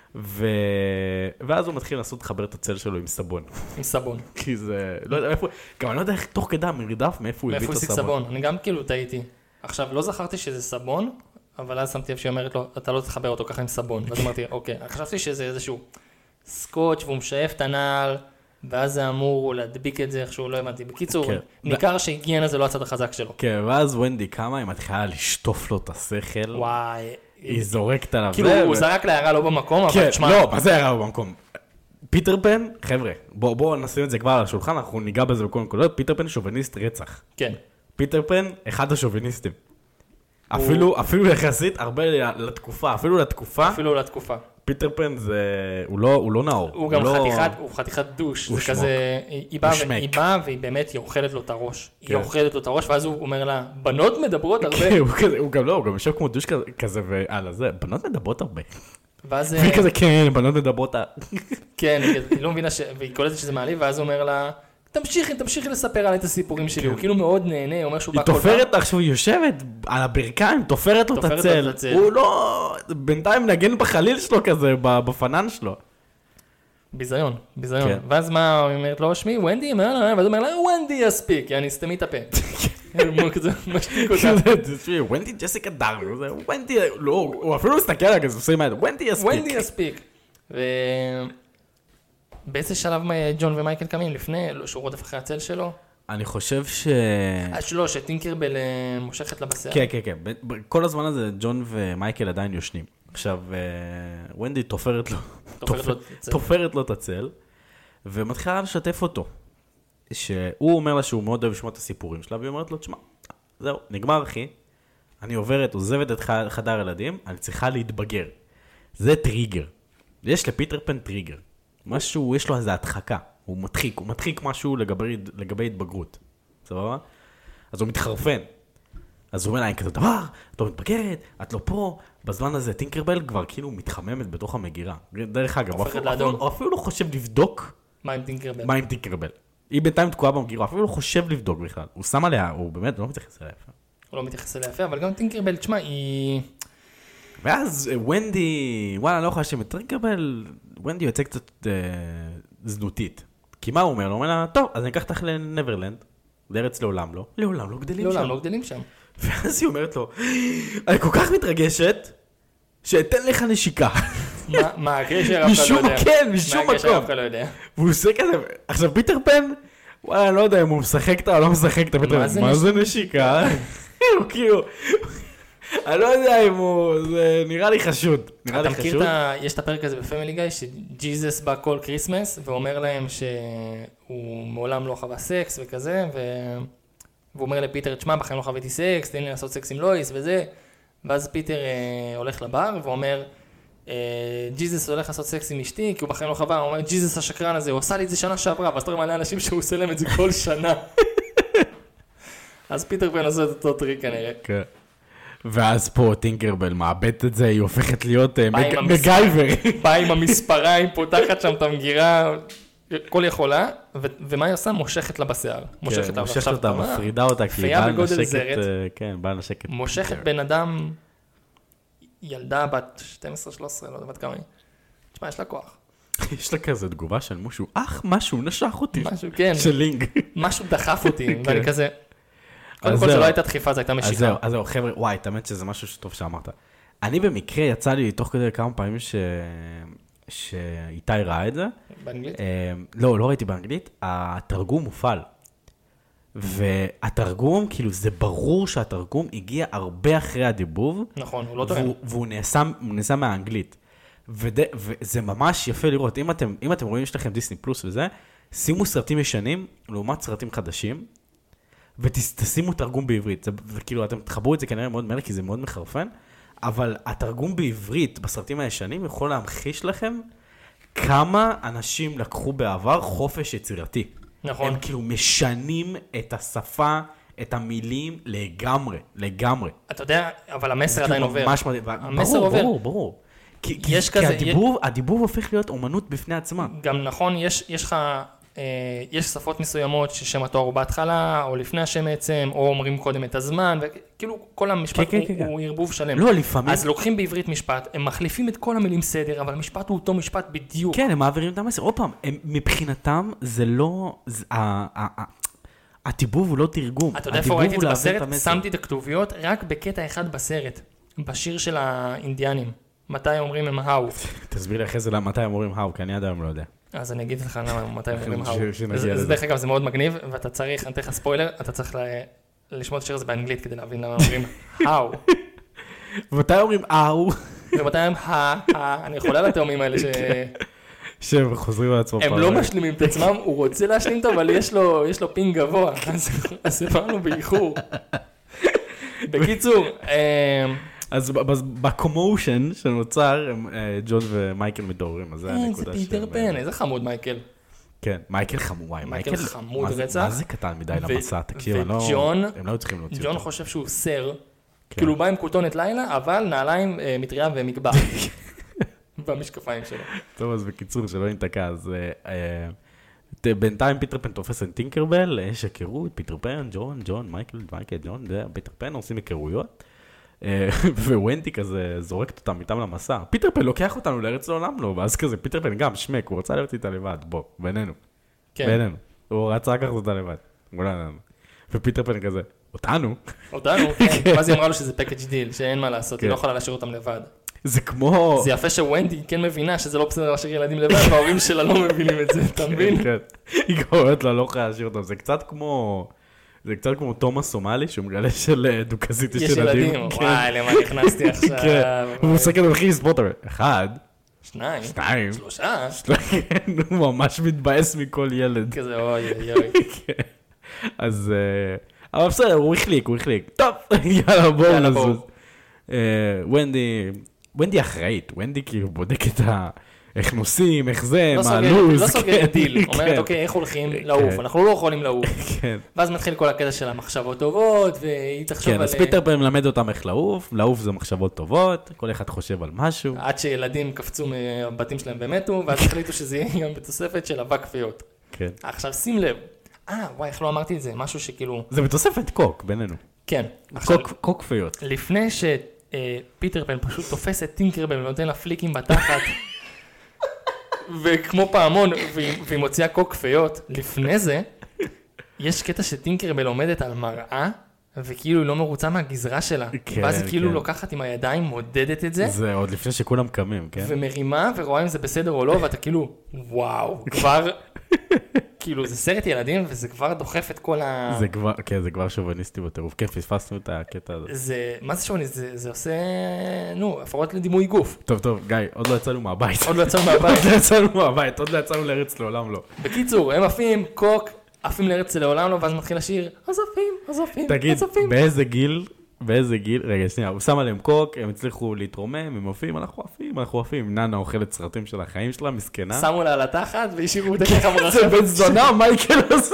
ואז הוא מתחיל לנסות לחבר את הצל שלו עם סבון. עם סבון. כי זה, לא יודע איפה, גם אני לא יודע איך תוך כדי המרדף, מאיפה הוא הביא את הסבון. אני גם כאילו טעיתי. עכשיו, לא זכרתי שזה סבון, אבל אז שמתי לב שהיא אומרת לו, אתה לא תחבר אותו ככה עם סבון. ואז אמרתי, אוקיי, חשבתי שזה איזשהו סקוץ' והוא משאף את הנעל, ואז זה אמור להדביק את זה איכשהו, לא הבנתי. בקיצור, ניכר שהיגיינה זה לא הצד החזק שלו. כן, ואז ונדי קמה, היא מתחילה לשטוף לו את השכל. וואי. היא זורקת עליו. כאילו, הוא זרק להערה לא במקום, אבל תשמע. לא, מה זה הערה לא במקום? פיטר פן, חבר'ה, בואו נשים את זה כבר על השולחן, אנחנו ניגע בזה בכל נקודות, פיטר פן שוביניסט רצח. כן. פיטר פן, אחד השוביניסטים. אפילו יחסית הרבה לתקופה, אפילו לתקופה. פיטר פן זה, הוא לא נאור. הוא גם חתיכת דוש. זה כזה, היא באה והיא באמת, היא אוכלת לו את הראש. היא אוכלת לו את הראש, ואז הוא אומר לה, בנות מדברות הרבה. הוא גם לא, הוא גם יושב כמו דוש כזה, ועל זה, בנות מדברות הרבה. ואז... והיא כזה, כן, בנות מדברות... כן, היא לא מבינה, והיא קולטת שזה מעליב, ואז הוא אומר לה, תמשיכי לספר עליי את הסיפורים שלי, הוא כאילו מאוד נהנה, הוא אומר שהוא בא כל פעם. היא תופרת לך שהוא יושבת על הברכיים, תופרת לו את הצל. הוא לא, בינתיים נגן בחליל שלו כזה, בפנן שלו. ביזיון. ואז מה, הוא אומרת לו, שמי, ונדי, ואז הוא אומר לה, ונדי יספיק, אני סתמי את הפה. משתיק אותה. ונדי ג'סיקה דארמי, ונדי, לא, הוא אפילו מסתכל על כזה, עושים מה, ונדי יספיק. באיזה שלב ג'ון ומייקל קמים לפני, שהוא רודף אחרי הצל שלו? אני חושב שטינקרבל מושכת לה בשיער. כן. כל הזמן הזה ג'ון ומייקל עדיין יושנים. עכשיו, ונדי תופרת לו את הצל, ומתחילה לשתף אותו. שהוא אומר לה שהוא מאוד אוהב לשמוע את הסיפורים שלה, והיא אומרת לו, תשמע, זהו, נגמר אחי, אני עוזבת את חדר ילדים, אני צריכה להתבגר. זה טריגר. יש לפיטר פן טריגר. משהו, יש לו איזו הדחקה. הוא מדחיק משהו לגבי התבגרות. סבבה? אז הוא מתחרפן. אז הוא אומר לה, כזה דבר, את לא מתבגרת, את לא פה. בזמן הזה טינקרבל כבר כאילו מתחממת בתוך המגירה. דרך אגב, הוא אפילו לא חושב לבדוק מה עם טינקרבל. היא בינתיים תקועה במגירה, אפילו לא חושב לבדוק בכלל. הוא שם עליה, הוא באמת לא מתייחס אליה יפה. הוא לא מתייחס אליה יפה, אבל גם טינקרבל, תשמע, היא... ואז ונדי, וואלה, לא חושב, טינקרבל, ונדי יוצא קצת זנותית. כי מה הוא אומר? הוא אומר לה, טוב, אז אני אקח אותך לנברלנד, לארץ לעולם לא. לעולם לא גדלים שם. לעולם לא גדלים שם. ואז היא אומרת לו, אני כל כך מתרגשת, שאתן לך נשיקה. מה, הקשר אף אחד לא יודע. כן, משום מקום. מה הקשר אף אחד לא יודע. והוא עושה כזה, עכשיו פיטר פן, וואלה, אני לא יודע אם הוא משחק אותה או לא משחק אותה, מה זה נשיקה? הוא כאילו, אני לא יודע אם הוא, זה נראה לי חשוד. אתה מכיר יש את הפרק הזה בפמילי גאי, שג'יזוס בא כל קריסמס, ואומר להם שהוא מעולם לא חווה סקס וכזה, והוא אומר לפיטר, תשמע, בחיים לא חוויתי סקס, תן לי לעשות סקס עם לואיס וזה, ואז פיטר הולך לבר ואומר, ג'יזוס הולך לעשות סקס עם אשתי, כי הוא בחיים לא חווה, הוא אומר, ג'יזוס השקרן הזה, הוא עשה לי את זה שנה שעברה, ואז תראה מלא אנשים שהוא עושה להם את זה כל שנה. אז פיטר פן עושה את אותו טריק כנראה. כן. ואז פה טינקרבל מאבדת את זה, היא הופכת להיות מגייבר. באה עם המספריים, פותחת שם את המגירה, כל יכולה, ומה היא עושה? מושכת לה בשיער. מושכת אותה, מפרידה אותה, כי היא באה נשקת. מושכת בן אדם, ילדה בת 12-13, לא יודע בת כמה היא. תשמע, יש לה כוח. יש לה כזה תגובה של משהו, משהו נשך אותי. משהו, כן. של לינג. משהו דחף אותי, ואני כזה... קודם כל, זה לא הייתה דחיפה, זה הייתה משיקה. אז זהו, חבר'ה, וואי, תאמת שזה משהו שטוב שאמרת. אני במקרה יצא לי תוך כדי כמה פעמים שאיתי ראה את זה. באנגלית? לא ראיתי באנגלית, התרגום מופעל. והתרגום, כאילו, זה ברור שהתרגום הגיע הרבה אחרי הדיבוב. נכון, הוא לא טוען. והוא נעשה מהאנגלית. וזה ממש יפה לראות. אם אתם רואים, יש לכם דיסני פלוס וזה, שימו סרטים ישנים, לעומת סרטים חדשים, ותשימו תרגום בעברית. וכאילו, אתם תחברו את זה כנראה מאוד מהר, כי זה מאוד מחרפן, אבל התרגום בעברית בסרטים הישנים יכול להמחיש לכם כמה אנשים לקחו בעבר חופש יצירתי. נכון. הם כאילו משנים את השפה, את המילים לגמרי. אתה יודע, אבל המסר עדיין עובר. המסר עובר. ברור. כי הדיבוב הופך להיות אומנות בפני עצמה. גם נכון, יש שפות מסוימות ששם התואר הוא בהתחלה, או לפני השם בעצם, או אומרים קודם את הזמן, וכאילו כל המשפט הוא ערבוב שלם. לא, לפעמים. אז לוקחים בעברית משפט, הם מחליפים את כל המילים סדר, אבל המשפט הוא אותו משפט בדיוק. כן, הם מעבירים את המסר. עוד פעם, מבחינתם זה לא... הדיבוב הוא לא תרגום. אתה יודע איפה ראיתי את זה בסרט? שמתי את הכתוביות רק בקטע אחד בסרט, בשיר של האינדיאנים. מתי אומרים הם האו. תסביר לי אחרי זה מתי אומרים האו, כי אני עדיין לא יודע. אז אני אגיד לך מתי אומרים האו. זה דרך אגב, זה מאוד מגניב, ואתה צריך, אני אתן לך ספוילר, אתה צריך לשמוע את השיר הזה באנגלית כדי להבין למה אומרים האו. ומתי אומרים האו? ומתי אומרים אני יכולה לתאומים האלה שהם חוזרים על עצמם. הם לא משלימים את עצמם, הוא רוצה להשלים טוב, אבל יש לו פינג גבוה, אז הבנו באיחור. בקיצור, אז בקומושן שנוצר, ג'ון ומייקל מתעוררים, אז זה הנקודה זה פיטר פן, איזה חמוד מייקל. כן, מייקל חמוד, וואי, מייקל חמוד רצח. מה זה קטן מדי למסע, תקשיב, הם לא היו צריכים להוציא אותו. ג'ון חושב שהוא סר, כאילו הוא בא עם כותונת לילה, אבל נעליים, מטריה ומקבע. במשקפיים שלו. טוב, אז בקיצור, שלא נתקע, אז בינתיים פיטר פן תופס את טינקרבל, יש הכירות, פיטר פן, ג'ון, מייקל, ג'ון, פיטר פן עושים הכירויות, וונדי כזה זורקת אותם איתם למסע. פיטר פן לוקח אותנו לארץ לעולם לו, ואז כזה פיטר פן גם שמק, הוא רצה להיות איתה לבד, בוא, בינינו. הוא רצה לקחת אותה לבד. ופיטר פן כזה, אותנו, כן. ואז היא אמרה לו שזה פקאג' דיל, שאין מה לעשות, היא לא יכולה להשאיר אותם לבד. זה כמו... זה יפה שוונדי כן מבינה שזה לא בסדר להשאיר ילדים לבד, וההורים שלה לא מבינים את זה, אתה מבין? כן, היא קוראת לה, לא יכולה להשאיר אותם. זה קצת כמו תומאס סומלי, שהוא מגלה של דוכזית יש ילדים. וואי, למה נכנסתי עכשיו? הוא מוסקת ומתחיל לספוט, 1, 2, 3. הוא ממש מתבאס מכל ילד. כזה אוי. אז... אבל בסדר, הוא החליק. טוב, יאללה, בואו נזוז. ונדי אחראית, ונדי כאילו בודקת איך נוסעים, איך זה, מה לוז. לא סוגרת דיל, אומרת אוקיי, איך הולכים לעוף, אנחנו לא יכולים לעוף. ואז מתחיל כל הקטע של המחשבות טובות, והיא תחשוב על... כן, אז פיטר פן מלמד אותם איך לעוף זה מחשבות טובות, כל אחד חושב על משהו. עד שילדים קפצו מהבתים שלהם ומתו, ואז החליטו שזה יהיה גם בתוספת של אבק כפיות. כן. עכשיו שים לב, וואי, איך לא אמרתי את זה, משהו שכאילו... זה בתוספת קוק בינינו. כן. קוק כפיות. לפני פיטר פן פשוט תופס את טינקרבל ונותן לה פליקים בתחת, וכמו פעמון, והיא מוציאה קוק כפיות. לפני זה, יש קטע שטינקרבל עומדת על מראה, וכאילו היא לא מרוצה מהגזרה שלה. ואז היא כאילו לוקחת עם הידיים, מודדת את זה. זה עוד לפני שכולם קמים, כן? ומרימה, ורואה אם זה בסדר או לא, ואתה כאילו, וואו, כבר... כאילו, זה סרט ילדים, וזה כבר דוחף את כל ה... זה כבר שוביניסטי בטירוף. כן, פספסנו את הקטע הזה. מה זה שוביניסטי? זה עושה, הפרעות לדימוי גוף. טוב, גיא, עוד לא יצאנו מהבית. עוד לא יצאנו לארץ לעולם לא. בקיצור, הם עפים, קוק, עפים לארץ לעולם לא, ואז מתחיל לשיר, עזפים. תגיד, באיזה גיל, רגע, שנייה, הוא שם עליהם קוק, הם הצליחו להתרומם, הם עפים, אנחנו עפים, ננה אוכלת סרטים של החיים שלה, מסכנה. שמו לה על התחת והשאירו אותה ככה מרחב. זה בן זונה, מייקל הזה.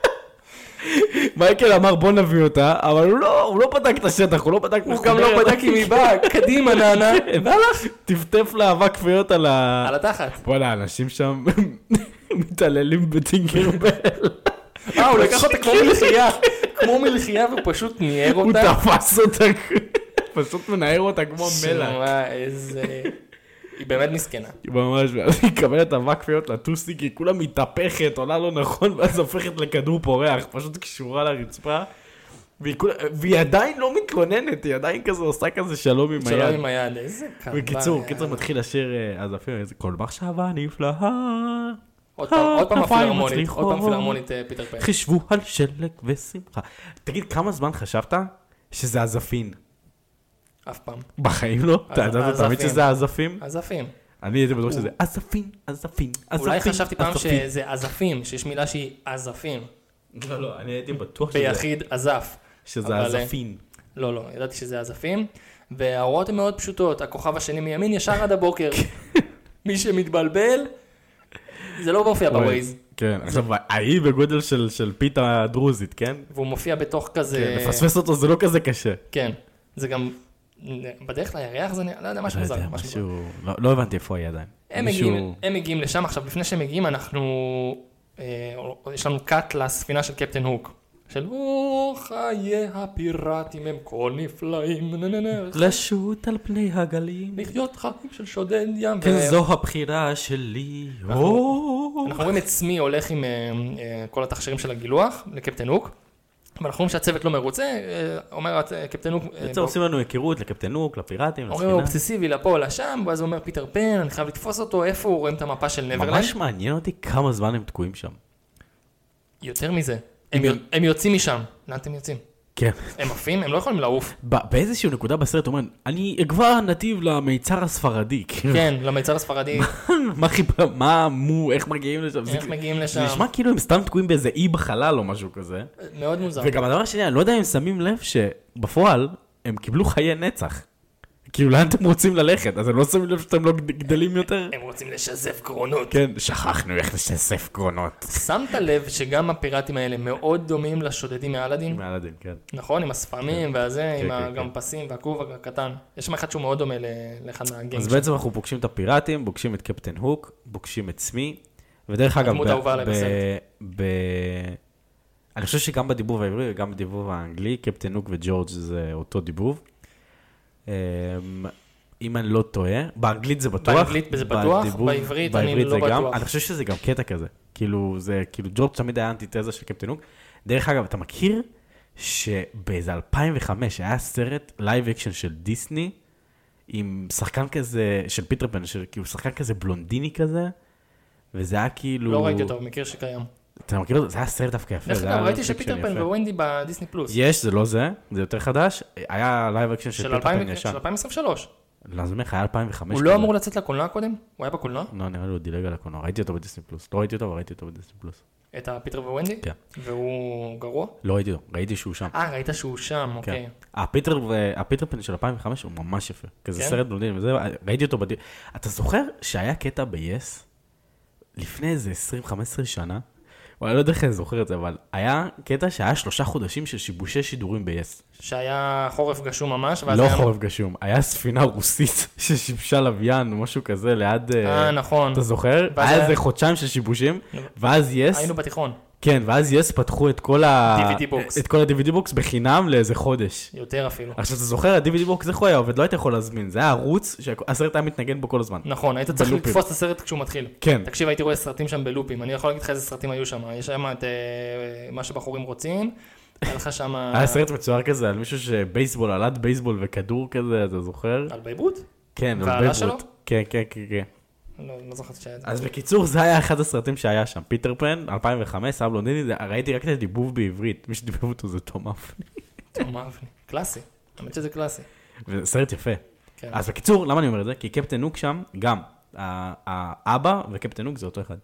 מייקל אמר בוא נביא אותה, אבל הוא לא בדק את השטח, הוא גם לא בדק אם היא באה, קדימה ננה, והלך. טפטף לה אבק כפיות על התחת. וואלה, אנשים שם מתעללים בטינקרבל. הוא לקח אותה כמו מלחייה, והוא פשוט ניער אותה. הוא תפס אותה, פשוט מנער אותה כמו מלח. היא באמת מסכנה. ממש, ואז היא קבלת אבק כפיות לטוסיק, היא כולה מתהפכת, עולה לא נכון, ואז הופכת לכדור פורח, פשוט קשורה לרצפה, והיא עדיין לא מתלוננת, היא עדיין כזה עושה כזה שלום עם היד. שלום עם היד, איזה קרבה. בקיצור, מתחיל לשיר, אז אפילו איזה כל מחשבה נפלאה. עוד פעם הפילהרמונית פיטר פן. חשבו על שלג ושמחה. תגיד, כמה זמן חשבת שזה הזפין? אף פעם. בחיים לא? אתה יודעת תמיד שזה הזפים? הזפים. אני הייתי בטוח שזה הזפין. אולי חשבתי פעם שזה הזפים, שיש מילה שהיא הזפים. לא, אני הייתי בטוח שזה... ביחיד הזף. שזה הזפין. לא, ידעתי שזה הזפים. וההוראות הן מאוד פשוטות. הכוכב השני מימין ישר עד הבוקר. מי שמתבלבל... זה לא מופיע בווייז. כן, עכשיו, ההיא בגודל של פיתה דרוזית, כן? והוא מופיע בתוך כזה... לפספס אותו זה לא כזה קשה. כן, זה גם... בדרך לירח זה לא יודע, משהו מוזר. לא הבנתי איפה היא עדיין. הם מגיעים לשם, עכשיו, לפני שהם מגיעים, יש לנו קאט לספינה של קפטן הוק. של חיי הפיראטים הם כה נפלאים. לשוט על פני הגלים. לחיות חיים של שודד ים. כן, זו הבחירה שלי. אנחנו רואים את סמי הולך עם כל התכשירים של הגילוח לקפטן הוק. ואנחנו רואים שהצוות לא מרוצה, אומר קפטן הוק... בעצם עושים לנו היכרות לקפטן הוק, לפיראטים, לספינה. אומרים אובססיבי לפה, לשם, ואז הוא אומר פיטר פן, אני חייב לתפוס אותו, איפה הוא רואים את המפה של נברלנד. ממש מעניין אותי כמה זמן הם תקועים שם. יותר מזה. הם יוצאים משם. לאן אתם יוצאים? כן. הם עפים? הם לא יכולים לעוף. באיזושהי נקודה בסרט הוא אומר, אני אגבר נתיב למיצר הספרדי. כן, למיצר הספרדי. איך מגיעים לשם? איך מגיעים לשם? זה נשמע כאילו הם סתם תקועים באיזה אי בחלל או משהו כזה. מאוד מוזר. וגם הדבר השני, אני לא יודע אם שמים לב שבפועל הם קיבלו חיי נצח. כאילו, לאן אתם רוצים ללכת? אז הם לא שמים לב שאתם לא גדלים יותר? הם רוצים לשזף קרונות. כן, שכחנו איך לשסף קרונות. שמת לב שגם הפיראטים האלה מאוד דומים לשודדים מאלאדין? מאלאדין, כן. נכון, עם הספמים והזה, עם כן, הגמפסים והכובע הקטן. יש שם אחד שהוא מאוד דומה לאחד מהגנג. אז בעצם אנחנו פוגשים את הפיראטים, פוגשים את קפטן הוק, פוגשים את סמי, ודרך אגב, הדמות האהובה עליי בסרט. אני חושב שגם בדיבוב העברי וגם בדיבוב האנגלי, קפטן הוק וג'ורג' זה אותו דיבוב. אם אני לא טועה, באנגלית זה בטוח. באנגלית זה בטוח, בעברית אני לא בטוח. אני חושב שזה גם קטע כזה. כאילו, ג'ורג' תמיד היה אנטיתזה של קפטן הוק. דרך אגב, אתה מכיר שבאיזה 2005 היה סרט לייב אקשן של דיסני, עם שחקן כזה, של פיטר פן, כאילו שחקן כזה בלונדיני כזה, וזה היה כאילו... לא ראיתי אותו, מכיר שקיים. אתה מכיר אותו? זה היה סרט דווקא יפה. דרך אגב, ראיתי שפיטר פן וונדי בדיסני פלוס. יש, זה לא זה, זה יותר חדש. היה לייב אקשן של פיטר פן ישן. של 2023. לא, זה היה 2005. הוא לא אמור לצאת לקולנוע קודם? הוא היה בקולנוע? לא, נראה לי הוא דילג על הקולנוע. ראיתי אותו בדיסני פלוס. לא ראיתי אותו, אבל ראיתי אותו בדיסני פלוס. את הפיטר וונדי? כן. והוא גרוע? לא ראיתי אותו, ראיתי שהוא שם. ראית שהוא שם, אוקיי. הפיטר פן של 2005 הוא ממש יפה. כזה סרט בלונדיני, וזה, ראיתי אותו אתה זוכר שהיה קטע ב-Yes, לפני איזה 20-15 שנה, אני לא יודע איך אני זוכר את זה, אבל היה קטע שהיה 3 חודשים של שיבושי שידורים ב-Yes. שהיה חורף גשום ממש. לא חורף גשום, היה ספינה רוסית ששיבשה לוויין, משהו כזה ליד... נכון. אתה זוכר? היה איזה חודשיים של שיבושים, ואז Yes... היינו בתיכון. כן, ואז Yes פתחו את כל DVD בוקס. את כל ה-DVD בוקס בחינם לאיזה חודש. יותר אפילו. עכשיו, אתה זוכר, ה-DVD בוקס, איך הוא היה עובד? לא היית יכול להזמין. זה היה ערוץ שהסרט היה מתנגן בו כל הזמן. נכון, היית צריך לתפוס את הסרט כשהוא מתחיל. כן. תקשיב, הייתי רואה סרטים שם בלופים. אני יכול להגיד לך איזה סרטים היו שם. יש שם את מה שבחורים רוצים. היה לך שם... היה סרט מצויר כזה על מישהו שבייסבול, עלת בייסבול וכדור כזה, אתה זוכר? על בייברוט? כן, על והעלה שלו? כן, כן, כן, כן. לא זוכרתי שהיה את זה. אז בקיצור, זה היה אחד הסרטים שהיה שם. פיטר פן, 2005, סבא בלונדיני, ראיתי רק את הדיבוב בעברית. מי שדיבב אותו זה תום אבני. תום אבני. קלאסי. האמת שזה קלאסי. וסרט יפה. כן. אז בקיצור, למה אני אומר את זה? כי קפטן הוק שם, גם, האבא וקפטן הוק זה אותו אחד.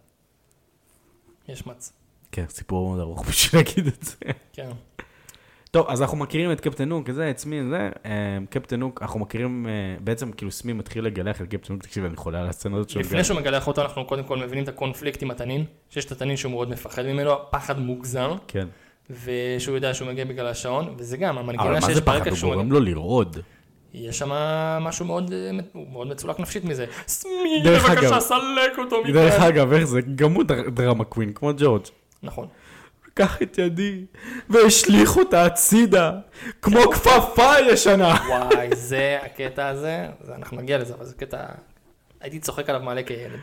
יש מצ. כן, סיפור מאוד ארוך בשביל להגיד את זה. כן. טוב, אז אנחנו מכירים את קפטן הוק, זה, את סמי, זה, קפטן הוק, אנחנו מכירים, בעצם כאילו סמי מתחיל לגלח את קפטן הוק, תקשיב, אני חולה על הסצנה הזאת. לפני שהוא מגלח אותו, אנחנו קודם כל מבינים את הקונפליקט עם התנין, שיש את התנין שהוא מאוד מפחד ממנו, פחד מוגזם, כן. ושהוא יודע שהוא מגיע בגלל השעון, וזה גם, אבל המנגינה מה שיש זה פחד? ברקע הוא שהוא... גורם לו לרעוד. יש שם משהו מאוד מצולק נפשית מזה. סמי, דרך אגב- בבקשה, סלק אותו מכאן. דרך אגב, איך זה? גם הוא דרמה קווין, כמו ג'ורג'. נכון. קח את ידי, והשליך אותה הצידה, כמו כפפה ישנה. וואי, זה הקטע הזה, אנחנו נגיע לזה, אבל זה קטע... הייתי צוחק עליו מעלה כילד.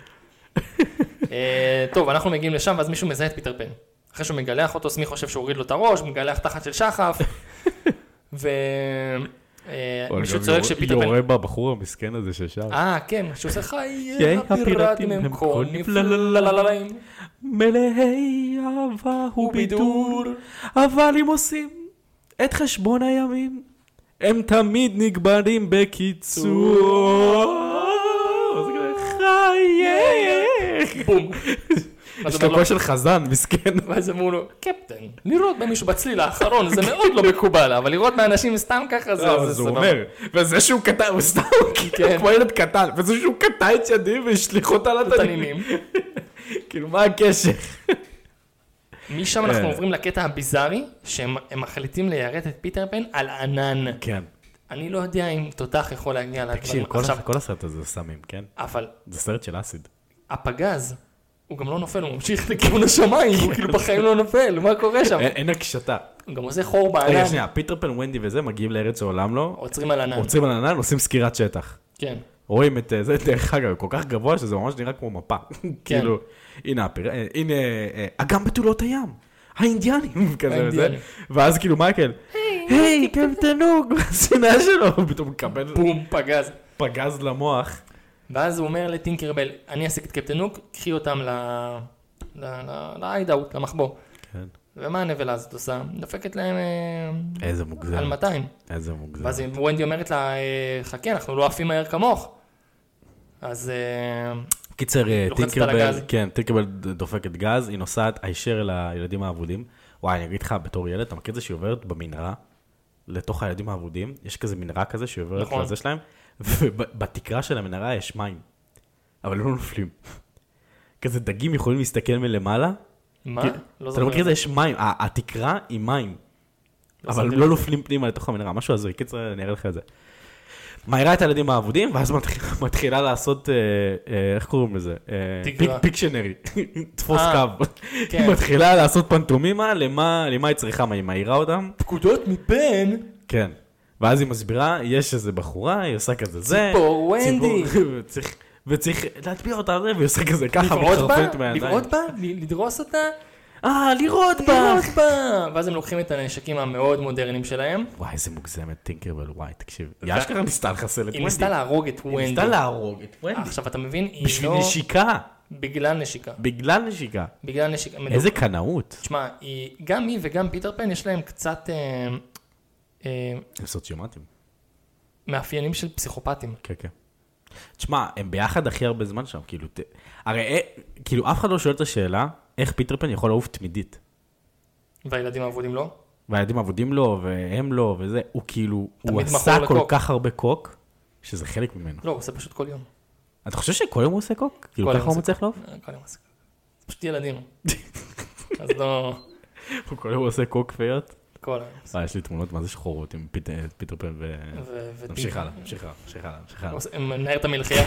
טוב, אנחנו מגיעים לשם, ואז מישהו מזהה את פיטר פן. אחרי שהוא מגלח אותו, סמי חושב שהוא הוריד לו את הראש, הוא מגלח תחת של שחף, ומישהו צועק שפיטר פן... יורה בבחור המסכן הזה ששר. כן, שהוא עושה חיי הפיראטים הם כה נפלאים, מלאי אהבה ובידור, אבל אם עושים את חשבון הימים, הם תמיד נגמרים בקיצור. חייך. בום. יש לו קול של חזן, מסכן. ואז אמרו לו, קפטן, לראות במישהו בצליל האחרון, זה מאוד לא מקובל, אבל לראות באנשים סתם ככה זה זה אומר, וזה שהוא קטע, הוא סתם כמו ילד קטן, וזה שהוא קטע את ידי והשליך אותה לתנינים. כאילו, מה הקשר? משם אנחנו עוברים לקטע הביזארי, שהם מחליטים ליירט את פיטר פן על ענן. כן. אני לא יודע אם תותח יכול להגיע לדברים. תקשיב, כל הסרט הזה סמים, כן? אבל... זה סרט של אסיד. הפגז, הוא גם לא נופל, הוא ממשיך לכיוון השמיים, הוא כאילו בחיים לא נופל, מה קורה שם? אין הקשתה. הוא גם עושה חור בענן. רגע, שנייה, פיטר פן, ונדי וזה, מגיעים לארץ העולם לו. עוצרים על ענן. עוצרים על ענן, עושים סקירת שטח. כן. רואים את זה, דרך אגב, כל כך גבוה שזה ממש נראה כמו מפה. כאילו, הנה אגם בתולות הים, האינדיאנים, כזה וזה. ואז כאילו מייקל, היי, קפטן הוק, השנאה שלו, הוא פתאום מקבל בום, פגז. פגז למוח. ואז הוא אומר לטינקרבל, אני אעסיק את קפטן הוק, קחי אותם להיידאוט, למחבוא. כן. ומה הנבלה הזאת עושה? דפקת להם איזה מוגזם. על 200. איזה מוגזם. ואז ונדי אומרת לה, חכה, אנחנו לא עפים מהר כמוך. אז... קיצר, לוחצת על הגז. כן, טינקרבל דופקת גז, היא נוסעת הישר לילדים האבודים. וואי, אני אגיד לך, בתור ילד, אתה מכיר את זה שהיא עוברת במנהרה, לתוך הילדים האבודים, יש כזה מנהרה כזה שהיא עוברת לזה שלהם, ובתקרה של המנהרה יש מים, אבל הם לא נופלים. כזה דגים יכולים להסתכל מלמעלה. מה? אתה לא מכיר את זה, יש מים, התקרה היא מים. אבל לא נופלים פנימה לתוך המנהרה, משהו הזוי, קיצר אני אראה לך את זה. מהירה את הילדים האבודים, ואז מתחילה לעשות, איך קוראים לזה? פיקשנרי, תפוס קו. היא מתחילה לעשות פנטומימה, למה היא צריכה, מה היא מהירה אותם? פקודות מפן. כן. ואז היא מסבירה, יש איזה בחורה, היא עושה כזה זה. ציפור ונדי. וצריך להטביע אותה, והיא עושה כזה ככה, מתחרפנת מהידיים. לבעוט בה? לדרוס אותה? לירות בה. ואז הם לוקחים את הנשקים המאוד מודרניים שלהם. וואי, איזה מוגזמת, טינקרבל, וואי, תקשיב. יאשכרה ניסתה לחסל את ונדי. היא ניסתה להרוג את ונדי. היא ניסתה להרוג את ונדי. עכשיו, אתה מבין? בשביל נשיקה. בגלל נשיקה. בגלל נשיקה. בגלל נשיקה. איזה קנאות. תשמע, גם היא וגם פיטר פן יש להם קצת... הם סוציומטים. מאפיינים של פסיכופטים. כן, כן. תשמע, הם ביחד הכי הרבה זמן שם, כאילו... הרי, כאילו, אף אחד לא שואל את השאלה, איך פיטר פן יכול לעוף תמידית. והילדים העבודים לא? והילדים העבודים לא, והם לא, וזה, הוא כאילו, הוא עשה כל כך הרבה קוק, שזה חלק ממנו. לא, הוא עושה פשוט כל יום. אתה חושב שכל יום הוא עושה קוק? כאילו, ככה הוא מצליח לעוף? כל יום עושה קוק. זה פשוט ילדים. אז לא... הוא כל יום הוא עושה קוק פיות? כל היום. יש לי תמונות מה זה שחורות עם פיטר פן ו... נמשיך הלאה, נמשיך הלאה. הם מנהר את המלחייה.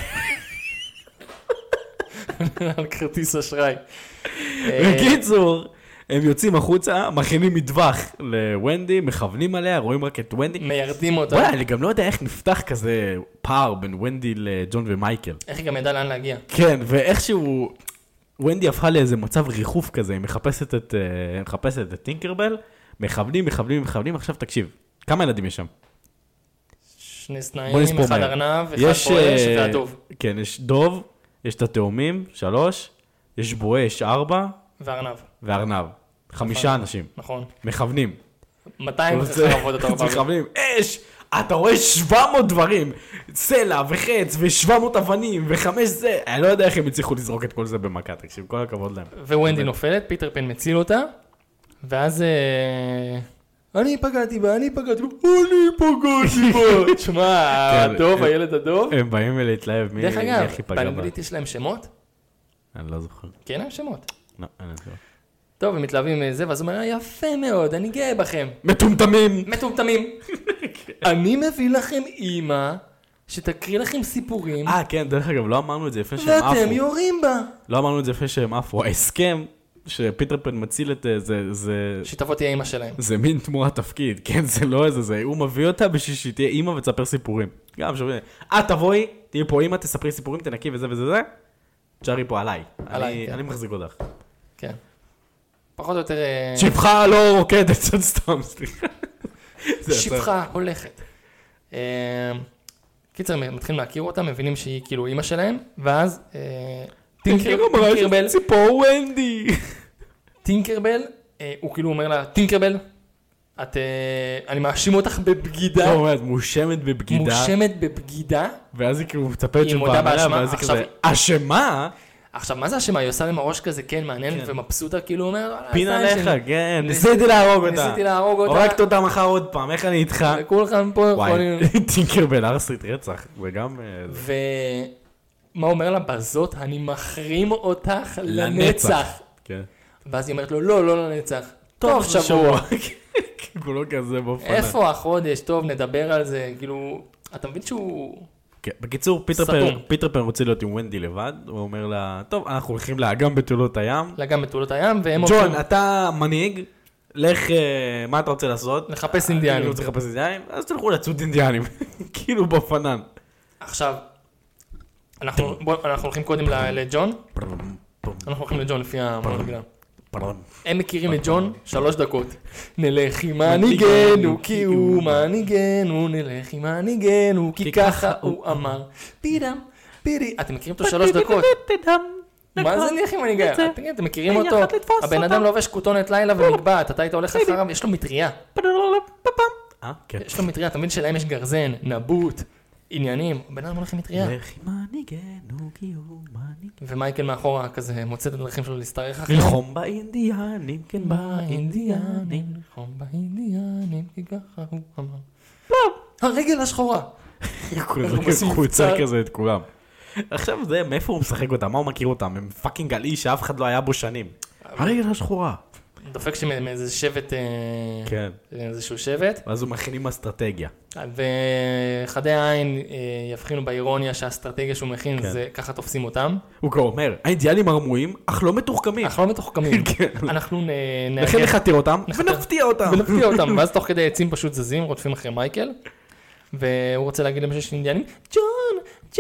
על כרטיס אשראי. בקיצור, הם יוצאים החוצה, מכינים מטווח לוונדי, מכוונים עליה, רואים רק את וונדי. מיירדים אותה. וואי, אני גם לא יודע איך נפתח כזה פער בין וונדי לג'ון ומייקל. איך היא גם ידעה לאן להגיע. כן, ואיכשהו, וונדי הפכה לאיזה מצב ריחוף כזה, היא מחפשת את טינקרבל, מכוונים, עכשיו תקשיב, כמה ילדים יש שם? 2 סנאים, 1 ארנב, 1 בואש והדוב. כן, יש דוב, יש את התאומים, 3, יש בואש 4, וארנב. 5 אנשים. נכון. מכוונים. 200 חרבות את 4. מכוונים, אתה רואה 700 דברים, סלע וחץ ו700 אבנים ו5 זה, אני לא יודע איך הם הצליחו לזרוק את כל זה במכה, תקשיב, כל הכבוד להם. וונדי נופלת, פיטר פן מציל אותה, ואז... אני פגעתי בה. תשמע, הדוב, הילד הדוב. הם באים להתלהב מי דרך אגב, איך ייפגע בה. באנגלית יש להם שמות? אני לא זוכר. כן, הם שמות. לא, אני לא זוכר. טוב, הם מתלהבים מזה, ואז הוא אומר, יפה מאוד, אני גאה בכם. מטומטמים. אני מביא לכם אימא שתקריא לכם סיפורים. כן, דרך אגב, לא אמרנו את זה לפני שהם עפו. ואתם יורים בה. לא אמרנו את זה לפני שהם עפו. ההסכם שפיטר פן מציל את זה... שתבוא תהיה אימא שלהם. זה מין תמורת תפקיד, כן? זה לא איזה זה. הוא מביא אותה בשביל שתהיה אימא ותספר סיפורים. גם שווה. תבואי, תהיי פה אימא, תספרי סיפורים, תנקי וזה וזה זה. תשארי פה עליי. אני מחזיק אותך. כן. פחות או יותר... שפחה לא רוקדת, סתם, סליחה. שפחה הולכת. קיצר, מתחילים להכיר אותה, מבינים שהיא כאילו אימא שלהם, ואז טינקרבל, ציפור ונדי. טינקרבל, הוא כאילו אומר לה, טינקרבל, אני מאשים אותך בבגידה. לא, מושמת בבגידה. ואז היא כאילו מצפת של פעמלה, ואז היא כזה, אשמה? עכשיו, מה זה אשמה? היא עושה עם הראש כזה, כן, מעניין ומבסוטה, כאילו אומר, פין עליך, כן, ניסיתי להרוג אותה. הורגת אותה מחר עוד פעם, איך אני איתך? וכולכם פה יכולים... טינקרבל, ארסית רצח, וגם... ומה אומר לה? בזאת, אני מחרים אותך לנצח. ואז היא אומרת לו, לא לנצח. טוב, שבוע. כולו כזה בפנה. איפה החודש? טוב, נדבר על זה. כאילו, אתה מבין שהוא... בקיצור, פיטר פן רוצה להיות עם ונדי לבד, הוא אומר לה, טוב, אנחנו הולכים לאגם בתולות הים. לאגם בתולות הים, והם... ג'ון, אתה מנהיג, לך, מה אתה רוצה לעשות? לחפש אינדיאנים. אני רוצה לחפש אינדיאנים, אז תלכו לצוד אינדיאנים, כאילו בפנן. עכשיו, אנחנו הולכים קודם לג'ון. אנחנו הולכים לג'ון לפי המונוגרם. הם מכירים את ג'ון 3 דקות. נלך עם מנהיגנו, כי הוא מנהיגנו, נלך עם מנהיגנו, כי ככה הוא אמר. פידם, פידי. אתם מכירים אותו 3 דקות? מה זה נלך עם מנהיגנו? אתם מכירים אותו? הבן אדם לובש כותונת לילה ומגבעת, אתה היית הולך אחריו, יש לו מטריה. יש לו מטריה, אתה מבין שלהם יש גרזן, נבוט. עניינים, בן אדם הולך עם מטריה. ומייקל מאחורה כזה מוצא את הדרכים שלו להסתרך אחרי. ללחום באינדיאנים, כן באינדיאנים, ללחום באינדיאנים, כי ככה הוא אמר. הרגל השחורה. הוא זורק חוצה כזה את כולם. עכשיו זה, מאיפה הוא משחק אותם? מה הוא מכיר אותם? הם פאקינג על איש שאף אחד לא היה בו שנים. הרגל השחורה. דופק מאיזה שבט, כן. איזשהו שבט. ואז הוא מכינים אסטרטגיה. וחדי העין יבחינו באירוניה שהאסטרטגיה שהוא מכין, זה ככה תופסים אותם. הוא כבר אומר, האינדיאנים הרמויים, אך לא מתוחכמים. אך לא מתוחכמים. אנחנו לכן נחתיר אותם, ונפתיע אותם. ונפתיע אותם, ואז תוך כדי עצים פשוט זזים, רודפים אחרי מייקל. והוא רוצה להגיד למשל של אינדיאנים, ג'ון,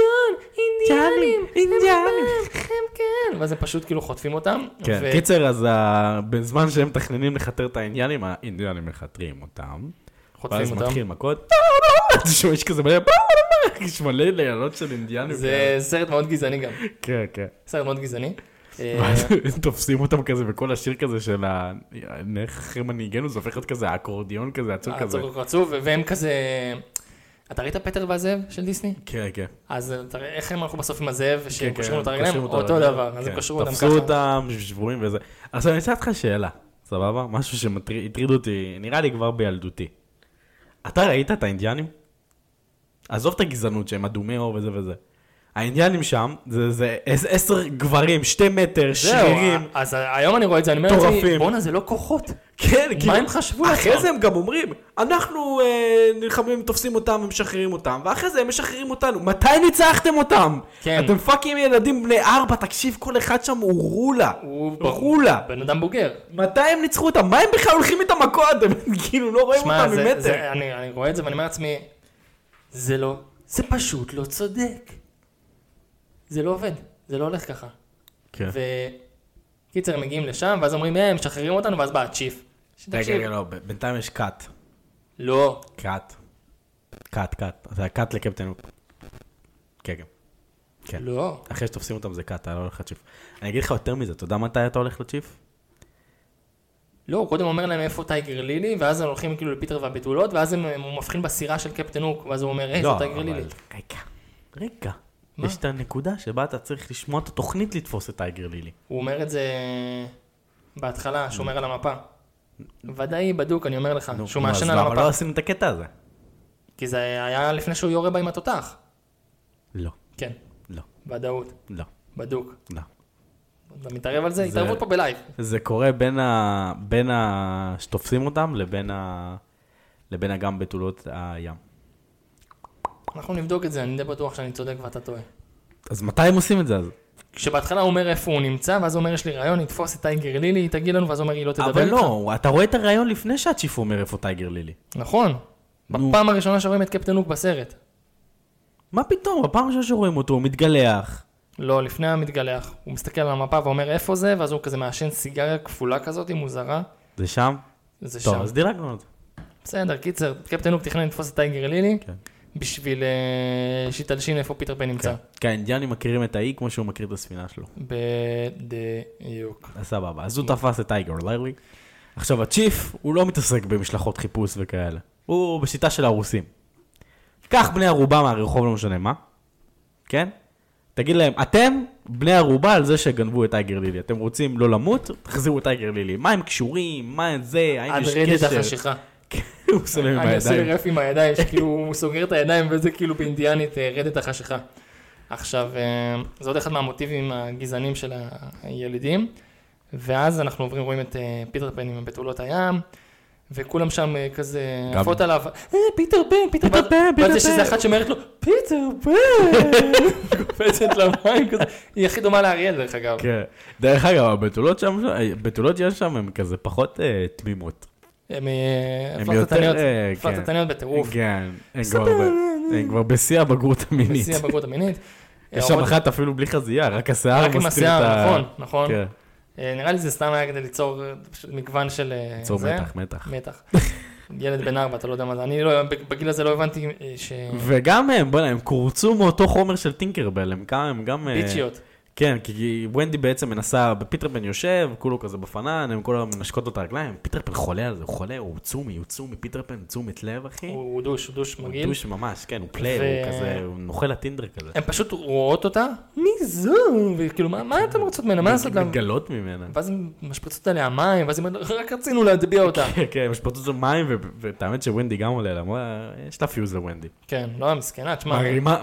אינדיאנים, כן. ואז הם פשוט כאילו חוטפים אותם. כן, קיצר, אז בזמן שהם מתכננים לחתר את האינדיאנים, האינדיאנים מחתרים אותם. חוטפים אותם. ואז מתחיל מכות. יש כזה מלא, יש מלא לילות של אינדיאנים. זה סרט מאוד גזעני גם. כן, כן. סרט מאוד גזעני. ואז תופסים אותם כזה, וכל השיר כזה של אחרי מנהיגנו, זה הופך להיות כזה, האקורדיון כזה, עצוב כזה. עצוב, והם כזה... אתה ראית פטר והזאב של דיסני? כן, כן. אז תראה איך הם הלכו בסוף עם הזאב, ושהם קושרים את הרגליים, אותו דבר, אז הם קושרו אותם ככה. תפסו אותם, שבורים וזה. עכשיו אני אשאל אותך שאלה, סבבה? משהו שהטריד אותי, נראה לי כבר בילדותי. אתה ראית את האינדיאנים? עזוב את הגזענות שהם אדומי אור וזה וזה. האינדיאנים שם, זה 10 גברים, 2 מטר, שרירים. אז היום אני רואה את זה, אני אומר לעצמי, בונה, זה לא כוחות. כן, מה הם חשבו לעצמם? אחרי זה הם גם אומרים, אנחנו נלחמים, תופסים אותם, ומשחררים אותם, ואחרי זה הם משחררים אותנו. מתי ניצחתם אותם? כן. אתם פאקים ילדים בני 4, תקשיב, כל אחד שם הוא רולה. הוא רולה. בן אדם בוגר. מתי הם ניצחו אותם? מה הם בכלל הולכים איתם מכות? הם כאילו לא רואים אותם ממטר. אני רואה את זה ואני אומר לעצמי, זה פשוט לא צודק. זה לא עובד, זה לא הולך ככה. כן. וקיצר הם מגיעים לשם, ואז אומרים, הם משחררים אותנו, ואז בא הצ'יף. רגע, לא, בינתיים יש קאט. לא. קאט. זה הקאט לקפטן. כן, כן. לא. אחרי שתופסים אותם זה קאט, אתה לא הולך לצ'יף. אני אגיד לך יותר מזה, אתה יודע מתי אתה הולך לצ'יף? לא, הוא קודם אומר להם איפה טייגר לילי, ואז הם הולכים כאילו לפיטר והבתולות, ואז הוא מבחין בסירה של קפטן הוק, ואז הוא אומר, זה טייגר לילי. רגע. יש את הנקודה שבה אתה צריך לשמוע את התוכנית לתפוס את טייגר לילי. הוא אומר את זה בהתחלה, שומר על המפה. ודאי בדוק, אני אומר לך, שהוא מעשן על המפה. אבל לא עשינו את הקטע הזה. כי זה היה לפני שהוא יורה בה עם התותח. לא. כן. לא. ודאות. לא. בדוק. לא. אתה מתערב על זה? התערבות פה בלייב. זה קורה בין שתופסים אותם לבין גם בתולות הים. אנחנו נבדוק את זה, אני די בטוח שאני צודק ואתה טועה. אז מתי הם עושים את זה אז? כשבהתחלה הוא אומר איפה הוא נמצא, ואז הוא אומר יש לי רעיון, נתפוס את טייגר לילי, היא תגיד לנו, ואז הוא אומר היא לא תדבר אבל איתך. לא, אתה רואה את הרעיון לפני שהצ'יף אומר איפה טייגר לילי. נכון. בפעם הראשונה שרואים את קפטן הוק בסרט. מה פתאום? בפעם הראשונה שרואים אותו, הוא מתגלח. לא, לפני המתגלח. הוא מסתכל על המפה ואומר איפה זה, ואז הוא כזה מעשן סיגריה כפולה כזאת, מוזרה. זה שם? זה שם. טוב, אז דילגנו על זה. בסדר, קיצר, קפטן הוק תכנן לתפוס את טייגר לילי. כן. בשביל שיטלשין איפה פיטר פן נמצא. כן, האינדיאנים מכירים את האי כמו שהוא מכיר את הספינה שלו. בדיוק. סבבה, אז הוא תפס את טייגר לילי. עכשיו, הצ'יף, הוא לא מתעסק במשלחות חיפוש וכאלה. הוא בשיטה של הרוסים. קח בני ערובה מהרחוב, לא משנה מה. כן? תגיד להם, אתם בני ערובה על זה שגנבו את טייגר לילי. אתם רוצים לא למות? תחזירו את טייגר לילי. מה הם קשורים? מה הם זה? האם יש קשר? עד רדת החשיכה. הוא עושה להם עם הידיים. אני עושה לי רף עם הידיים, שכאילו הוא סוגר את הידיים וזה כאילו באינדיאנית רדת החשיכה. עכשיו, זה עוד אחד מהמוטיבים הגזענים של הילדים, ואז אנחנו עוברים, רואים את פיטר פן עם בתולות הים, וכולם שם כזה עפות עליו, פיטר פן, ואז יש איזה אחת שאומרת לו, פיטר פן, קופצת למים כזה, היא הכי דומה לאריאל דרך אגב. כן, דרך אגב, הבתולות יש שם הם כזה פחות תמימות. הם פלרטטניות בטירוף. כן, הם כבר בשיא הבגרות המינית. בשיא הבגרות המינית. יש שם אחת אפילו בלי חזייה, רק השיער מסתיר את השיער, נכון. נראה לי זה סתם היה כדי ליצור מגוון של... ליצור מתח. ילד בן 4, אתה לא יודע מה זה. אני בגיל הזה לא הבנתי ש... וגם הם, בוא'נה, הם קורצו מאותו חומר של טינקרבל, הם גם... ביצ'יות. כן, כי ונדי בעצם מנסה, פיטר פן יושב, כולו כזה בפנן, הם כולם מנשקות לו את הרגליים, פיטר פן חולה על זה, הוא חולה, הוא צומי, פיטר פן, תשומת לב, אחי. הוא דוש מגעיל. הוא דוש ממש, כן, הוא פלייר, הוא כזה, הוא נוכל לטינדר כזה. הם פשוט רואות אותה, מי זו? וכאילו, מה אתם רוצות ממנה? מה לעשות להם? מגלות ממנה. ואז הם משפריצות עליה מים, ואז הם רק רצינו להטביע אותה. כן, משפריצות עליה מים, ואת האמת שוונדי גם עולה לה, יש לה פיוז לוונדי. כן, לא המסכנה, תשמע.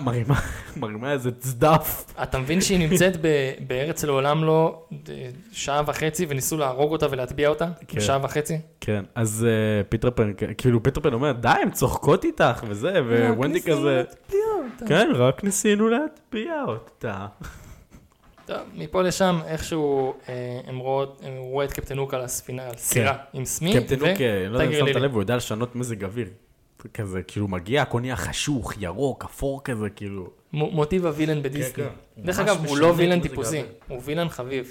מרימה איזה צדף. אתה מבין שהיא נמצאת בארץ לעולם לא 1.5 שעה וניסו להרוג אותה ולהטביע אותה? 1.5 שעה. כן, אז פיטר פן אומר, די, הם צוחקות איתך וזה, וונדי כזה, כן, רק ניסינו להטביע אותה. טוב, מפה לשם, איכשהו הם רואה את קפטן הוק על הספינה, על סירה, עם סמי וטייגר לילי. לא יודע אם שמת לב, הוא יודע לשנות מזג אוויר. כזה, כאילו מגיע, הכל נהיה חשוך, ירוק, אפור כזה, כאילו. מוטיב הווילן בדיסני. דרך אגב, הוא לא וילן טיפוסי, הוא וילן חביב.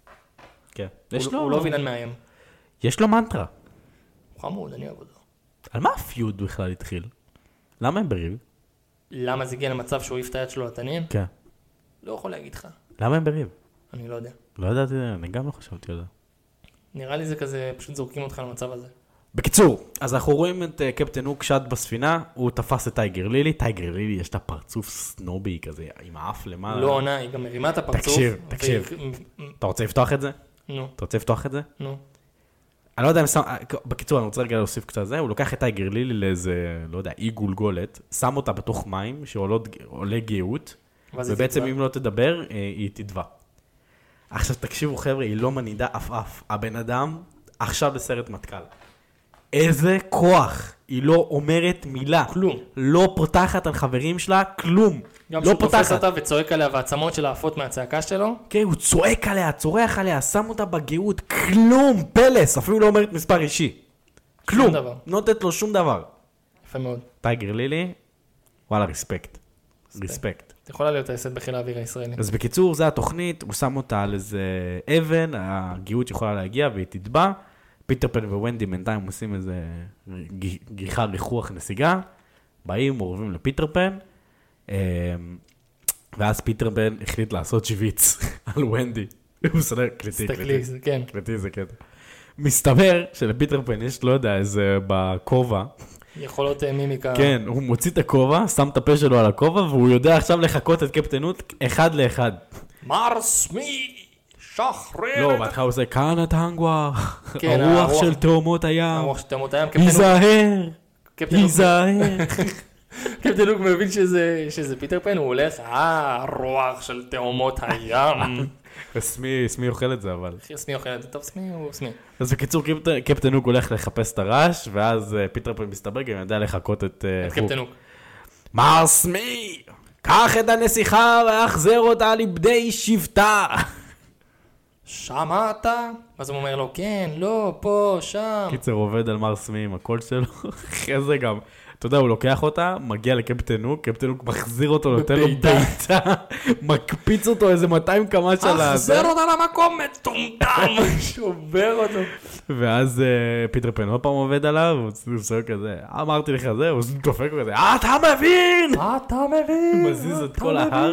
כן. הוא לא וילן מאיים. יש לו מנטרה. הוא חמוד, אני אוהב אותו. על מה הפיוד בכלל התחיל? למה הם בריב? למה זה הגיע למצב שהוא העיף את היד שלו לתנין? כן. לא יכול להגיד לך. למה הם בריב? אני לא יודע. לא ידעתי, אני גם לא חשבתי על זה. נראה לי זה כזה, פשוט זורקים אותך למצב הזה. בקיצור, אז אנחנו רואים את קפטן הוק שט בספינה, הוא תפס את טייגר לילי, יש את הפרצוף סנובי כזה, עם האף למעלה. לא עונה, היא גם מרימה את הפרצוף. תקשיב. אתה רוצה לפתוח את זה? נו. אתה רוצה לפתוח את זה? נו. אני לא יודע אם בקיצור, אני רוצה רגע להוסיף קצת זה, הוא לוקח את טייגר לילי לאיזה, לא יודע, אי גולגולת, שם אותה בתוך מים, שעולה גאות, ובעצם אם לא תדבר, היא תדווה. עכשיו תקשיבו חבר'ה, היא לא מנידה אף. הבן אדם עכשיו בסרט מטכ"ל. איזה כוח. היא לא אומרת מילה. כלום. לא פותחת על חברים שלה, כלום. גם לא שהוא פותחת. תופס אותה וצועק עליה והעצמות שלה עפות מהצעקה שלו. כן, הוא צועק עליה, צורח עליה, שם אותה בגאות, כלום, פלס, אפילו לא אומרת מספר אישי. כלום. דבר. נותנת לו שום דבר. יפה מאוד. טייגר לילי, וואלה, ריספקט. ריספקט. יכולה להיות היסד בחיל האוויר הישראלי. אז בקיצור, זה התוכנית, הוא שם אותה על איזה אבן, הגאות יכולה להגיע והיא תטבע. פיטר פן וונדי בינתיים עושים איזה גיחה ריחוח נסיגה, באים, מורבים לפיטר פן, ואז פיטר פן החליט לעשות שוויץ על וונדי. הוא מסדר, קליטי, זה קטע. מסתבר שלפיטר פן יש, לא יודע, איזה בכובע. יכולות מימיקה. כן, הוא מוציא את הכובע, שם את הפה שלו על הכובע, והוא יודע עכשיו לחכות את קפטנות 1 ל-1. מרס מי! שחרר. לא, בהתחלה הוא עושה, כאן הטנגווה, הרוח של תאומות הים. הרוח של תאומות הים. היזהר. קפטן הוק מבין שזה פיטר פן, הוא הולך, הרוח של תאומות הים. סמי אוכל את זה, אבל. סמי אוכל את זה, טוב, סמי הוא סמי. אז בקיצור, קפטן הוק הולך לחפש את הרעש, ואז פיטר פן מסתבר, גם יודע לחכות את קפטן הוק. מר סמי, קח את הנסיכה ואחזר אותה לבדי שבטה. שמעת? אז הוא אומר לו, כן, לא, פה, שם. קיצר, עובד על מר סמי עם הקול שלו. אחרי זה גם, אתה יודע, הוא לוקח אותה, מגיע לקפטן הוק, קפטן הוק מחזיר אותו, נותן לו בעיטה, מקפיץ אותו איזה 200 קמ"ש על הזה. אחזר אותה למקום מטומטם, שובר אותו. ואז פיטר פן עוד פעם עובד עליו, הוא עושה כזה, אמרתי לך זה, הוא דופק כזה, אתה מבין! הוא מזיז את כל ההר.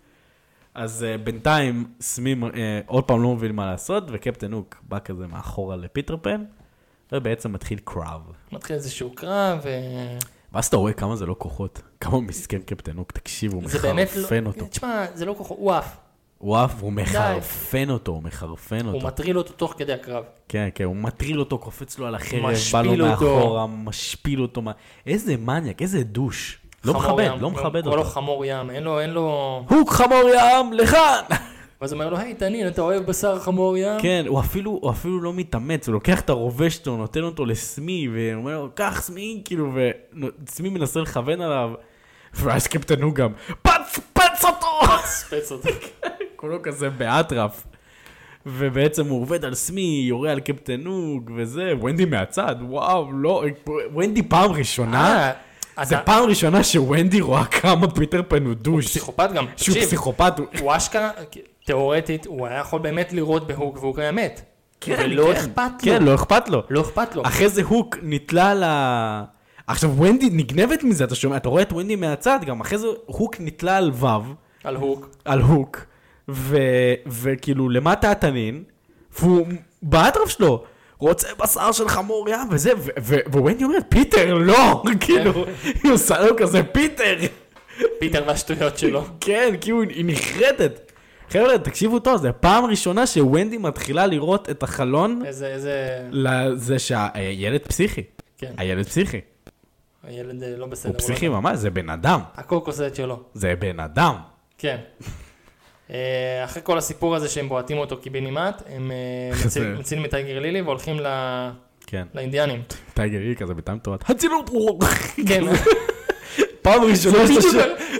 אז בינתיים סמי עוד פעם לא מבין מה לעשות, וקפטן הוק בא כזה מאחורה לפיטר פן, ובעצם מתחיל קרב. מתחיל איזשהו קרב, ואז אתה רואה כמה זה לא כוחות, כמה מסכן קפטן הוק, תקשיב, הוא מחרפן אותו. תשמע, זה לא כוחות, הוא עף. הוא עף, הוא מחרפן אותו, הוא מטריל אותו תוך כדי הקרב. כן, כן, הוא מטריל אותו, קופץ לו על החרב, בא לו מאחורה, משפיל אותו. איזה מניאק, איזה דוש. לא מכבד אותו. הוא לא חמור ים, אין לו... הוק חמור ים, לכאן! ואז הוא אומר לו, היי תנין, אתה אוהב בשר חמור ים? כן, הוא אפילו לא מתאמץ, הוא לוקח את הרובה שלו, נותן אותו לסמי, ואומר לו, קח סמי, כאילו, וסמי מנסה לכוון עליו, ואז קפטן הוא גם, פץ אותו! כולו כזה באטרף. ובעצם הוא עובד על סמי, יורה על קפטן הוק, וזה, ונדי מהצד, וואו, לא, ונדי פעם ראשונה, זה פעם ראשונה שוונדי רואה כמה פיטר פן הוא דוש. הוא פסיכופת גם. שהוא פסיכופת. הוא אשכרה, תיאורטית, הוא היה יכול באמת לראות בהוק והוק היה מת. ולא אכפת לו. כן, לא אכפת לו. לא אכפת לו. אחרי זה הוק נתלה עכשיו ונדי נגנבת מזה, אתה שומע, אתה רואה את ונדי מהצד, גם אחרי זה הוק נתלה על וו. על הוק. על הוק. וכאילו למטה התנין, והוא באטרף שלו, רוצה בשר של חמור ים וזה, וונדי אומרת, פיטר, לא, כאילו, היא עושה לו כזה, פיטר. פיטר והשטויות שלו. כן, כאילו, היא נחרדת. חבר'ה, תקשיבו טוב, זו פעם ראשונה שוונדי מתחילה לראות את החלון, לזה שהילד פסיכי. כן. הילד פסיכי. הילד לא בסדר. הוא פסיכי ממש, זה בן אדם. הקוקוסט שלו. זה בן אדם. כן. אחרי כל הסיפור הזה שהם בועטים אותו קיבינימט, הם מצילים את טייגר לילי והולכים לאינדיאנים. טייגר לילי כזה בטעם טוב. הצילו! כן. פעם ראשונה שאתה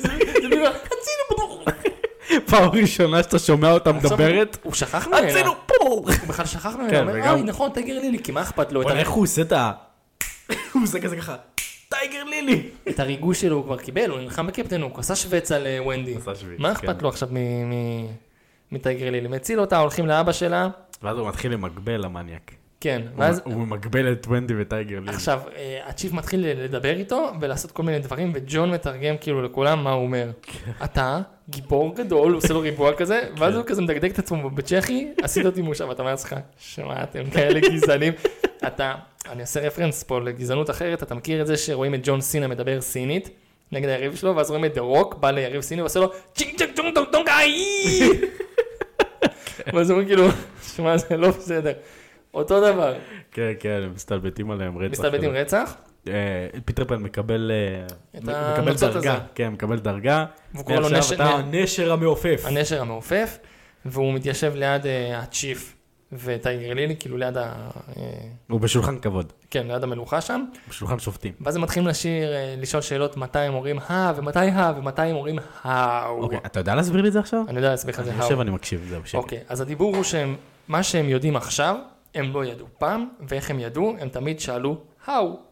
הצילו! ראשונה שאתה שומע אותה מדברת. הוא שכח ממנה. הצילו! הוא בכלל שכח ממנה. נכון, טייגר לילי, כי מה אכפת לו? איך הוא עושה את ה... הוא עושה כזה ככה. טייגר לילי! את הריגוש שלו הוא כבר קיבל, הוא נלחם בקפטן, הוא עשה שווץ על ונדי. מה אכפת לו עכשיו מטייגר לילי? מציל אותה, הולכים לאבא שלה. ואז הוא מתחיל למגבל למניאק. כן. הוא מגבל את ונדי וטייגר לילי. עכשיו, הצ'יף מתחיל לדבר איתו ולעשות כל מיני דברים, וג'ון מתרגם כאילו לכולם מה הוא אומר. אתה גיבור גדול, הוא עושה לו ריבוע כזה, ואז הוא כזה מדגדג את עצמו בצ'כי, עשית אותי מושב, אתה אומר לך, שמעתם כאלה גזענים. אני אעשה רפרנס פה לגזענות אחרת, אתה מכיר את זה שרואים את ג'ון סינה מדבר סינית נגד היריב שלו, ואז רואים את דה רוק, בא ליריב סיני ועושה לו צ'ינג צ'ק צ'ונג טונג טונג איי! ואז אומרים כאילו, שמע זה לא בסדר. אותו דבר. כן, כן, הם מסתלבטים עליהם רצח. מסתלבטים רצח? פיטר פן מקבל דרגה. כן, מקבל דרגה. והוא קורא לו הנשר המעופף. הנשר המעופף, והוא מתיישב ליד הצ'יף וטייגר לילי, כאילו ליד הוא בשולחן כבוד. כן, ליד המלוכה שם. בשולחן שופטים. ואז הם מתחילים לשאול שאלות מתי הם אומרים ומתי ומתי הם אומרים אוקיי, אתה יודע להסביר לי את זה עכשיו? אני יודע להסביר לך את זה. אני חושב, אני מקשיב, זה בשקט. אוקיי, אז הדיבור הוא שמה שהם יודעים עכשיו, הם לא ידעו פעם, ואיך הם ידעו, הם תמיד שאלו how.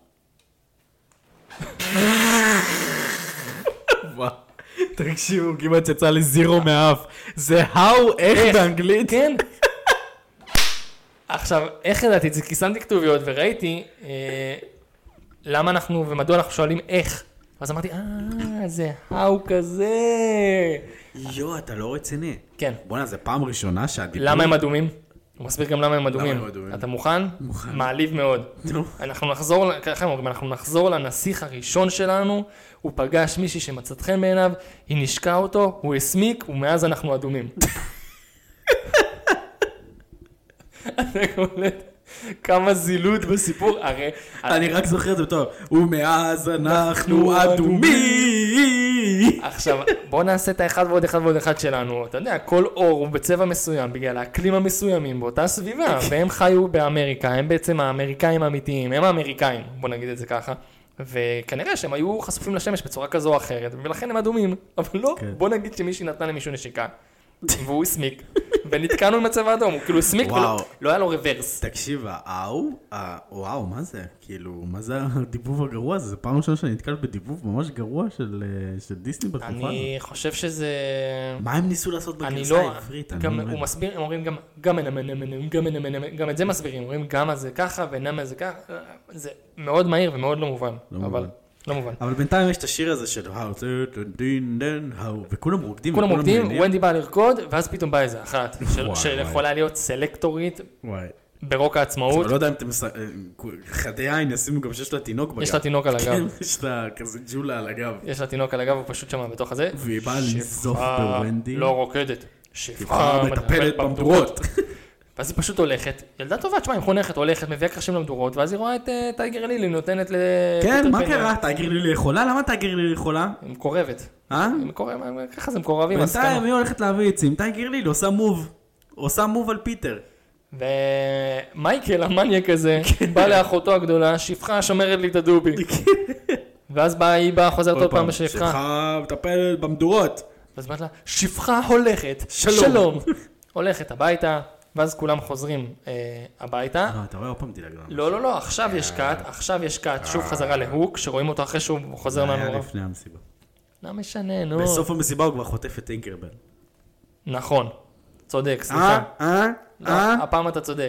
וואו, תקשיבו, כמעט יצא לי זירו מהאף. זה how, איך באנגלית? כן. עכשיו, איך ידעתי את זה? כי שמתי כתוביות וראיתי למה אנחנו ומדוע אנחנו שואלים איך. אז אמרתי, זה how כזה. יו, אתה לא רציני. כן. בוא'נה, זה פעם ראשונה שהדיבור... למה הם אדומים? הוא מסביר גם למה הם אדומים. אתה מוכן? מוכן. מעליב מאוד. אנחנו נחזור, ככה הם אומרים, אנחנו נחזור לנסיך הראשון שלנו, הוא פגש מישהי שמצאת חן בעיניו, היא נשקה אותו, הוא הסמיק, ומאז אנחנו אדומים. אתה קולט כמה זילות בסיפור, הרי... אני רק זוכר את זה טוב. ומאז אנחנו אדומים. עכשיו, בוא נעשה את האחד ועוד אחד ועוד אחד שלנו. אתה יודע, כל אור הוא בצבע מסוים, בגלל האקלים המסוימים באותה סביבה, והם חיו באמריקה, הם בעצם האמריקאים האמיתיים, הם האמריקאים, בוא נגיד את זה ככה. וכנראה שהם היו חשופים לשמש בצורה כזו או אחרת, ולכן הם אדומים. אבל לא, בוא נגיד שמישהי נתנה למישהו נשיקה. והוא הסמיק, ונתקענו עם הצבע האדום, הוא כאילו הסמיק ולא היה לו רוורס. תקשיב, וואו, מה זה? כאילו, מה זה הדיבוב הגרוע הזה? זה פעם ראשונה שאני נתקל בדיבוב ממש גרוע של דיסני בתקופה. אני חושב שזה... מה הם ניסו לעשות בגרסה העברית? הוא מסביר, הם אומרים גם את זה מסבירים, אומרים גם זה ככה ונמה זה ככה, זה מאוד מהיר ומאוד לא מובן, אבל... לא מובן. אבל בינתיים יש את השיר הזה של וכולם רוקדים. כולם רוקדים, ונדי באה לרקוד, ואז פתאום באה איזה אחת, שיכולה להיות סלקטורית ברוק העצמאות. אני לא יודע אם אתם חדי עין ישימו גם שיש לה תינוק בגב. יש לה תינוק על הגב. כן, יש לה כזה ג'ולה על הגב. יש לה תינוק על הגב, הוא פשוט שמה בתוך הזה. והיא באה לנזוף בוונדי. לא רוקדת. שפחה מטפלת במדורות. ואז היא פשוט הולכת, ילדה טובה, תשמע, היא חונכת, הולכת, מביאה קרשים למדורות, ואז היא רואה את טייגר לילי, נותנת כן, מה קרה? טייגר לילי יכולה? למה טייגר לילי יכולה? היא מקורבת. ככה זה מקורבים. בינתיים היא הולכת להביא עצים, טייגר לילי עושה מוב על פיטר. ומייקל, המניאק הזה, בא לאחותו הגדולה, שפחה שומרת לי את הדובי. ואז היא באה, חוזרת עוד פעם בשפחה. שפחה מטפלת במדורות. ואז אמרת לה, שפחה הולכת, שלום. הולכת הביתה. ואז כולם חוזרים הביתה. אתה רואה עוד פעם דילגרם. לא, עכשיו יש קאט, שוב חזרה להוק, שרואים אותו אחרי שהוא חוזר מהנורא. היה לפני המסיבה. לא משנה, נו. בסוף המסיבה הוא כבר חוטף את טינקרבל. נכון, צודק, סליחה. הפעם אתה צודק.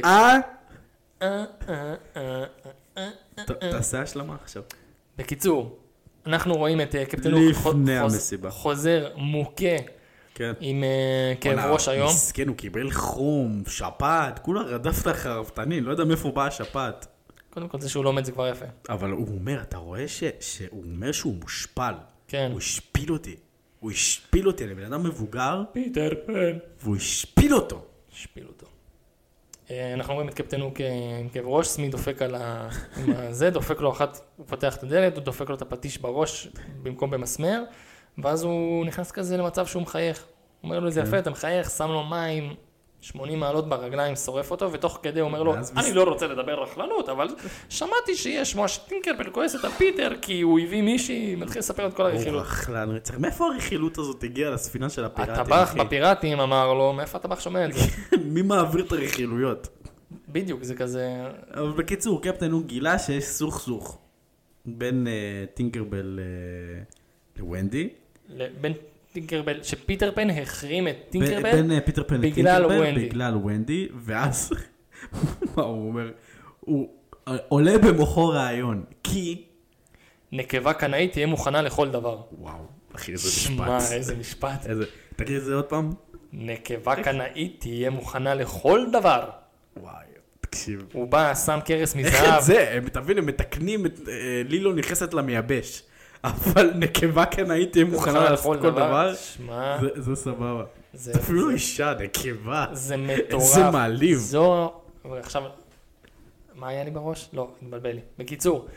תעשה השלמה עכשיו. בקיצור, אנחנו רואים את קפטן הוק לפני המסיבה. חוזר מוכה כן. עם כאב ראש היום. מסכן, הוא קיבל חום, שפעת, כולה רדף את החרפתנים, לא יודע מאיפה באה השפעת. קודם כל זה שהוא לא מת זה כבר יפה. אבל הוא אומר, אתה רואה שהוא אומר שהוא מושפל. כן. הוא השפיל אותי. הוא השפיל אותי, אני בן אדם מבוגר. פיטר פן. והוא השפיל אותו. השפיל אותו. אנחנו רואים את קפטן הוק עם כאב ראש, סמי דופק על זה, דופק לו אחת, הוא פותח את הדלת, הוא דופק לו את הפטיש בראש במקום במסמר, ואז הוא נכנס כזה למצב שהוא מחייך. הוא אומר לו, זה יפה, אתה מחייך, שם לו מים 80 מעלות ברגליים, שורף אותו, ותוך כדי הוא אומר לו, אני לא רוצה לדבר רכלנות, אבל שמעתי שיש שמוע שטינקרבל כועסת על פיטר, כי הוא הביא מישהי, מתחיל לספר את כל הרכילות. הוא רכלן רצח. מאיפה הרכילות הזאת הגיעה לספינה של הפיראטים? הטבח בפיראטים אמר לו, מאיפה הטבח שומע את זה? מי מעביר את הרכילויות? בדיוק, זה כזה... אבל בקיצור, קפטן הוא גילה שיש סוך בין טינקרבל לוונדי. בין טינקרבל, שפיטר פן החרים את טינקרבל בין פיטר פן לטינקרבל בגלל וונדי, ואז מה הוא אומר? הוא עולה במוחו רעיון, כי... נקבה קנאית תהיה מוכנה לכל דבר. וואו, אחי, איזה משפט. שמע, איזה משפט. תגיד את זה עוד פעם. נקבה קנאית תהיה מוכנה לכל דבר. וואי, תקשיב. הוא בא, שם קרס מזהב. איך את זה? תבין, הם מתקנים את לילו נכנסת למייבש. אבל נקבה קנאית תהיה מוכנה לעשות כל דבר. שמע. זה סבבה. אפילו אישה, נקבה. זה מטורף. איזה מעליב. זו... עכשיו... מה היה לי בראש? לא, התבלבל לי. בקיצור,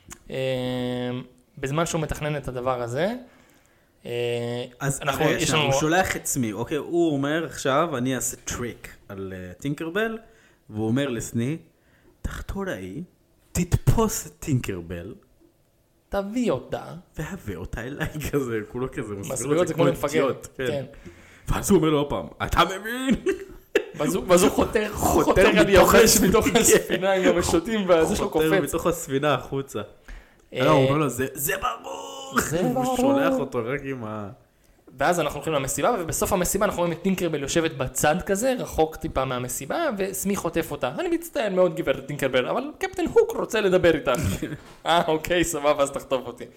בזמן שהוא מתכנן את הדבר הזה, אז הוא שולח את סמי, אוקיי? הוא אומר עכשיו, אני אעשה טריק על טינקרבל, והוא אומר לסני, תחתור ההיא, תתפוס את טינקרבל, תביא אותה, והביא אותה אליי כזה, כולו כזה, מסביר את זה כמו למפגר, כן. ואז הוא אומר לו פעם, אתה מבין? ואז הוא חותר על יבש מתוך הספינה עם המשוטים, וזה שלו קופץ. חותר מתוך הספינה החוצה. הוא אומר לו, זה ברור. הוא שולח אותו רק עם ה... ואז אנחנו הולכים למסיבה, ובסוף המסיבה אנחנו רואים את טינקרבל יושבת בצד כזה, רחוק טיפה מהמסיבה, וסמי חוטף אותה. אני מצטער מאוד גברת טינקרבל, אבל קפטן הוק רוצה לדבר איתך. אוקיי, סבבה, אז תחטוף אותי.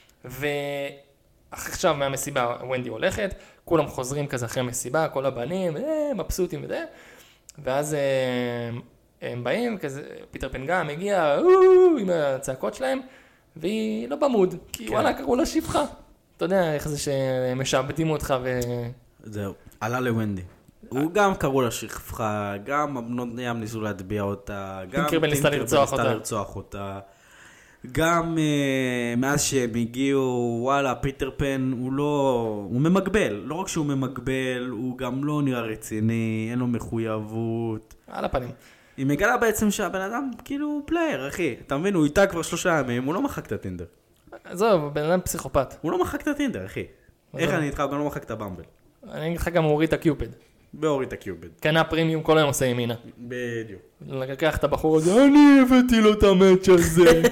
ועכשיו מהמסיבה וונדי הולכת, כולם חוזרים כזה אחרי המסיבה, כל הבנים, מבסוטים וזה, ואז הם באים, כזה, פיטר פן גם מגיע, עם הצעקות שלהם, והיא לא במוד, כי וואלה, קראו לה שפחה. אתה יודע איך זה שמשעבדים אותך ו... זהו, עלה לוונדי. הוא גם קראו לה שפחה, גם הבנות ים ניסו להטביע אותה, גם טינקרבל ניסתה לרצוח אותה. גם מאז שהם הגיעו, וואלה, פיטר פן הוא לא... הוא ממגבל. לא רק שהוא ממגבל, הוא גם לא נראה רציני, אין לו מחויבות. על הפנים. היא מגלה בעצם שהבן אדם כאילו פלייר, אחי. אתה מבין, הוא איתה כבר 3 ימים, הוא לא מחק את הטינדר. זהו, בן אדם פסיכופת. הוא לא מחק את הטינדר, אחי. איך אני איתך, הוא גם לא מחק את הבמבל. אני אגיד לך גם הוא הוריד את הקיופיד. בהוריד את הקיופיד. קנה פרימיום, כל היום עושה ימינה. בדיוק. לקח את הבחור הזה, אני הבאתי לו את המאץ' הזה.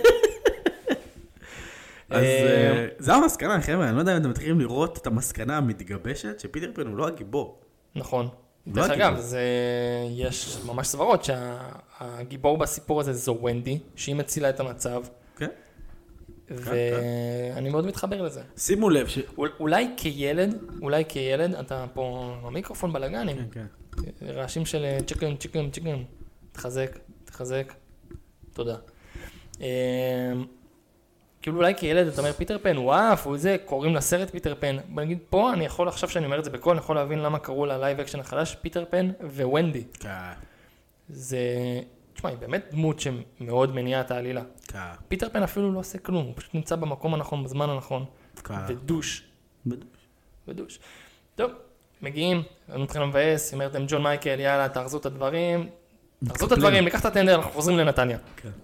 אז זה המסקנה, חבר'ה, אני לא יודע אם אתם מתחילים לראות את המסקנה המתגבשת, שפיטר פן הוא לא הגיבור. נכון. דרך אגב, יש ממש סברות שהגיבור בסיפור הזה זו וונדי, שהיא מצילה את המצב. כן. ואני מאוד מתחבר לזה. שימו לב ש... אולי כילד, אתה פה במיקרופון בלגנים, רעשים של צ'יקן, תחזק, תודה. כאילו אולי כילד אתה אומר פיטר פן, וואף, הוא זה, קוראים לסרט פיטר פן. בוא נגיד פה, אני יכול עכשיו שאני אומר את זה בכל, אני יכול להבין למה קראו ללייב אקשן החדש, פיטר פן וונדי. זה, תשמע, היא באמת דמות שמאוד מניעה את העלילה. פיטר פן אפילו לא עושה כלום, הוא פשוט נמצא במקום הנכון, בזמן הנכון. ודוש. טוב, מגיעים, אני מתחיל לבאס, היא אומרת להם ג'ון מייקל, יאללה, תארזו את הדברים, ניקח את הטנדר, אנחנו חוזרים לנתניה.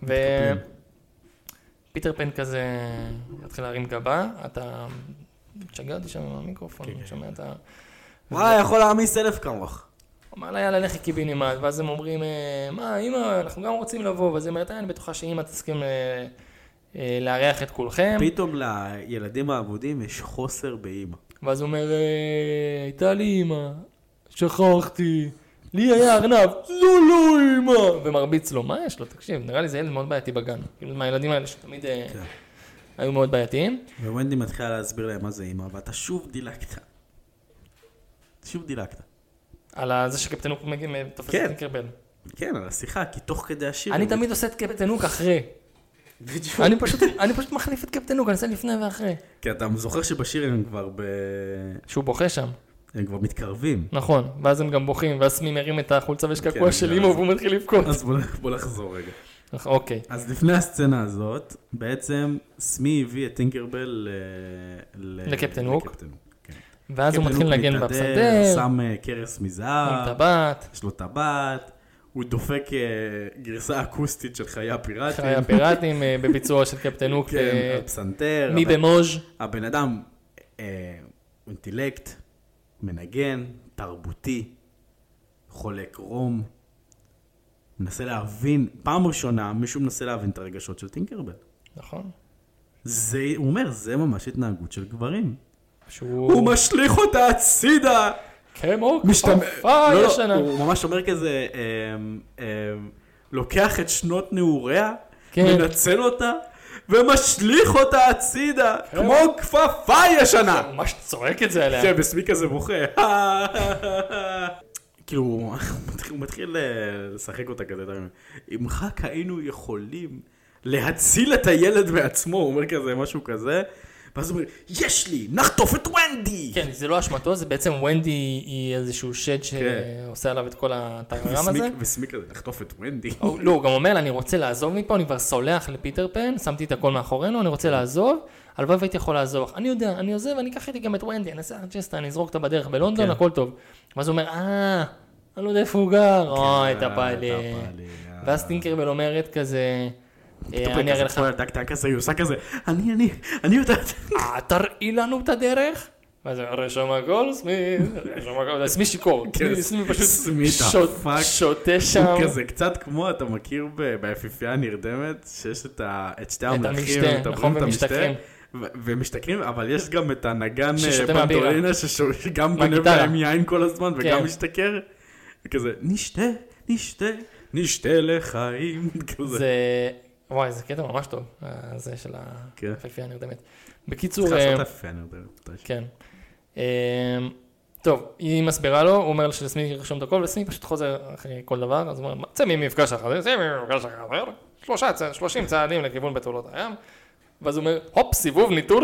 פיטר פן כזה יתחיל להרים גבה, אתה תשגע אותי שם עם המיקרופון, שומע את ה... וואי, יכול להעמיס 1000 כמוך. הוא אמר לה, יאללה, לכי קיבינימט, ואז הם אומרים, מה, אמא, אנחנו גם רוצים לבוא, ואז היא אומרת, אני בטוחה שאמא תסכים לארח את כולכם. פתאום לילדים העבודים יש חוסר באמא. ואז הוא אומר, הייתה לי אמא, שכחתי, לי היה ארנב, זו לא אמא, ומרביץ לו, מה יש לו? תקשיב, נראה לי זה ילד מאוד בעייתי בגן, כאילו מהילדים האלה שתמיד היו מאוד בעייתיים. וונדי מתחילה להסביר להם מה זה אמא, ואתה שוב דילגת. שוב דילגת. על זה שקפטן הוק תופס את טינקרבל. כן, על השיחה, כי תוך כדי השיר... אני תמיד עושה את קפטן הוק אחרי. אני פשוט מחליף את קפטן הוק, אני עושה לפני ואחרי. כי אתה זוכר שבשיר הם כבר שהוא בוכה שם. הם כבר מתקרבים. נכון, ואז הם גם בוכים, ואז סמי מרים את החולצה ושקקוע של אימו, והוא מתחיל לבכות. אז בוא לחזור רגע. אוקיי. אז לפני הסצנה הזאת, בעצם סמי הביא את טינקרבל לקפטן הוק. כן. ואז הוא מתחיל לנגן בפסנתר. שם קרס מזהב. עם טבעת. יש לו טבעת. הוא דופק גרסה אקוסטית של חיי הפיראטים. חיי הפיראטים בביצוע של קפטן הוק. כן, פסנתר. מי במוז'. הבן אדם אינטלקט, מנגן, תרבותי, חולק רום. מנסה להבין, פעם ראשונה מישהו מנסה להבין את הרגשות של טינקרבל. נכון. הוא אומר, זה ממש התנהגות של גברים. שהוא... הוא משליך אותה הצידה! כמו כפפה ישנה. הוא ממש אומר כזה, לוקח את שנות נעוריה, כן. מנצל אותה, ומשליך אותה הצידה, כמו כפפה ישנה! הוא ממש צועק את זה עליה. כן, בסמי כזה בוכה. כאילו, הוא מתחיל לשחק אותה כזה. אם רק היינו יכולים להציל את הילד בעצמו, הוא אומר כזה, משהו כזה, ואז הוא אומר, יש לי, נחטוף את ונדי! כן, זה לא אשמתו, זה בעצם ונדי היא איזשהו שד שעושה עליו את כל הטררם הזה. וסמי כזה, נחטוף את ונדי. לא, הוא גם אומר, אני רוצה לעזוב מפה, אני כבר סולח לפיטר פן, שמתי את הכל מאחורינו, אני רוצה לעזוב, הלוואי והייתי יכול לעזוב. אני יודע, אני עוזב, אני אקח איתי גם את ונדי, אני אעשה ג'סטה, אני אזרוק אותה בדרך בלונדון, הכל טוב. ואז הוא אומר, אני לא יודע איפה הוא גר, אוי, טפה לי. ואז טינקרבל אומרת כזה, אני אראה לך. היא עושה כזה, אני יודעת. תראי לנו את הדרך? ואז רשום הכל, סמי שיקור. סמי פשוט שותה שם. הוא כזה קצת כמו, אתה מכיר ביפיפייה הנרדמת, שיש את שתי המלכים, נכון, ומשתכרים. ומשתכרים, אבל יש גם את הנגן פנטולינה, שגם גונב להם יין כל הזמן, וגם משתכר. וכזה, נשתה לחיים. זה... וואי, זה קטע ממש טוב, זה של היפיפייה הנרדמת. בקיצור... צריך לעשות היפיפייה הנרדמת. כן. טוב, היא מסבירה לו, הוא אומר שלסמי ירשום את הכל, וסמי פשוט חוזר אחרי כל דבר, אז הוא אומר, צא ממפגש אחר, 30 צעדים לכיוון בתולות הים, ואז הוא אומר, הופ, סיבוב ניטור.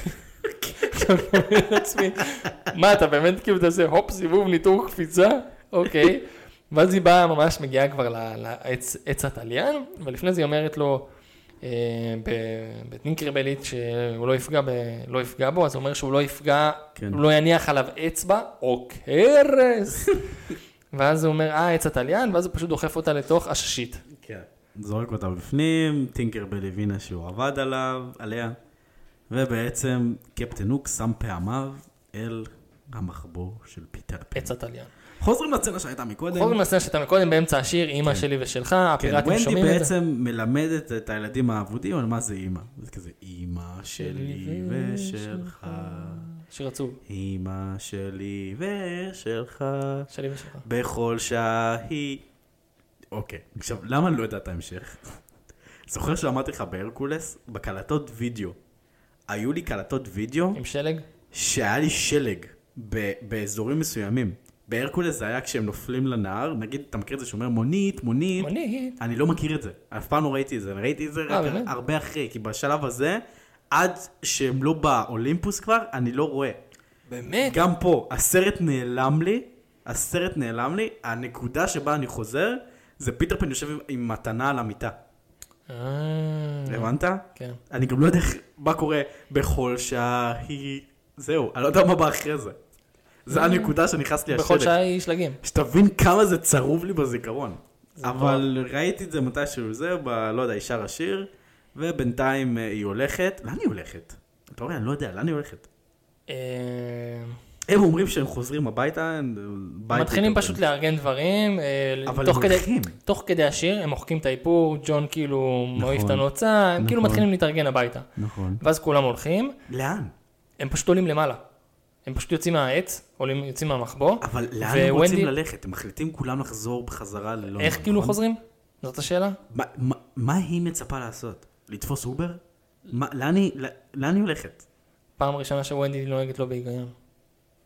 מה, אתה באמת כאילו תעשה, הופ, סיבוב ניטור קפיצה? אוקיי. ואז היא באה ממש מגיעה כבר לעץ התליין, ולפני זה היא אומרת לו, בטינקרבלית שהוא לא יפגע בו, אז הוא אומר שהוא לא יפגע, הוא לא יניח עליו אצבע או קרס. ואז הוא אומר, עץ התליין, ואז הוא פשוט דוחף אותה לתוך הששית. כן. זורק אותה בפנים, טינקרבל הבינה שהוא עבד עליה, ובעצם קפטן הוק שם פעמיו אל המחבור של פיטר פן. עץ התליין. חוזרים לסצנה שהייתה מקודם. באמצע השיר, אמא שלי ושלך, הפיראטים שומעים את זה. ונדי בעצם מלמדת את הילדים האבודים על מה זה אמא. זה כזה, אמא שלי ושלך. שיר עצוב. אמא שלי ושלך. שלי ושלך. בכל שעה היא... אוקיי, עכשיו, למה לא יודעת ההמשך? זוכר שאמרתי לך בהרקולס, בקלטות וידאו. היו לי קלטות וידאו... עם שלג? שהיה לי שלג באזורים מסוימים. בהרקולס זה היה כשהם נופלים לנהר, נגיד, אתה מכיר את זה שאומר מונית. אני לא מכיר את זה, אף פעם לא ראיתי את זה, אני ראיתי את זה רק הרבה אחרי, כי בשלב הזה, עד שהם לא באולימפוס כבר, אני לא רואה. באמת? גם פה, הסרט נעלם לי, הנקודה שבה אני חוזר, זה פיטר פן יושב עם מתנה על המיטה. הבנת? כן. אני גם לא יודע מה קורה בכל שעה היא... זהו, אני לא יודע מה בא אחרי זה. זה הנקודה שנכנס לי השלג. בכל שעה היא שלגים. שתבין כמה זה צרוב לי בזיכרון. אבל ראיתי את זה מתישהו, זהו, לא יודע, אישה השיר, ובינתיים היא הולכת. לאן היא הולכת? אתה רואה, אני לא יודע, לאן היא הולכת? הם אומרים שהם חוזרים הביתה. מתחילים פשוט לארגן דברים. אבל הם הולכים. תוך כדי השיר, הם מוחקים את האיפור, ג'ון כאילו מועיף את הנוצה, הם כאילו מתחילים להתארגן הביתה. נכון. ואז כולם הולכים. לאן? הם פשוט עולים למעלה. הם פשוט יוצאים מהעץ, יוצאים מהמחבוא. אבל לאן הם רוצים ללכת? הם מחליטים כולם לחזור בחזרה ללונדון. איך כאילו חוזרים? זאת השאלה? מה היא מצפה לעשות? לתפוס אובר? לאן היא הולכת? פעם ראשונה שוונדי נוהגת לו בהיגיון.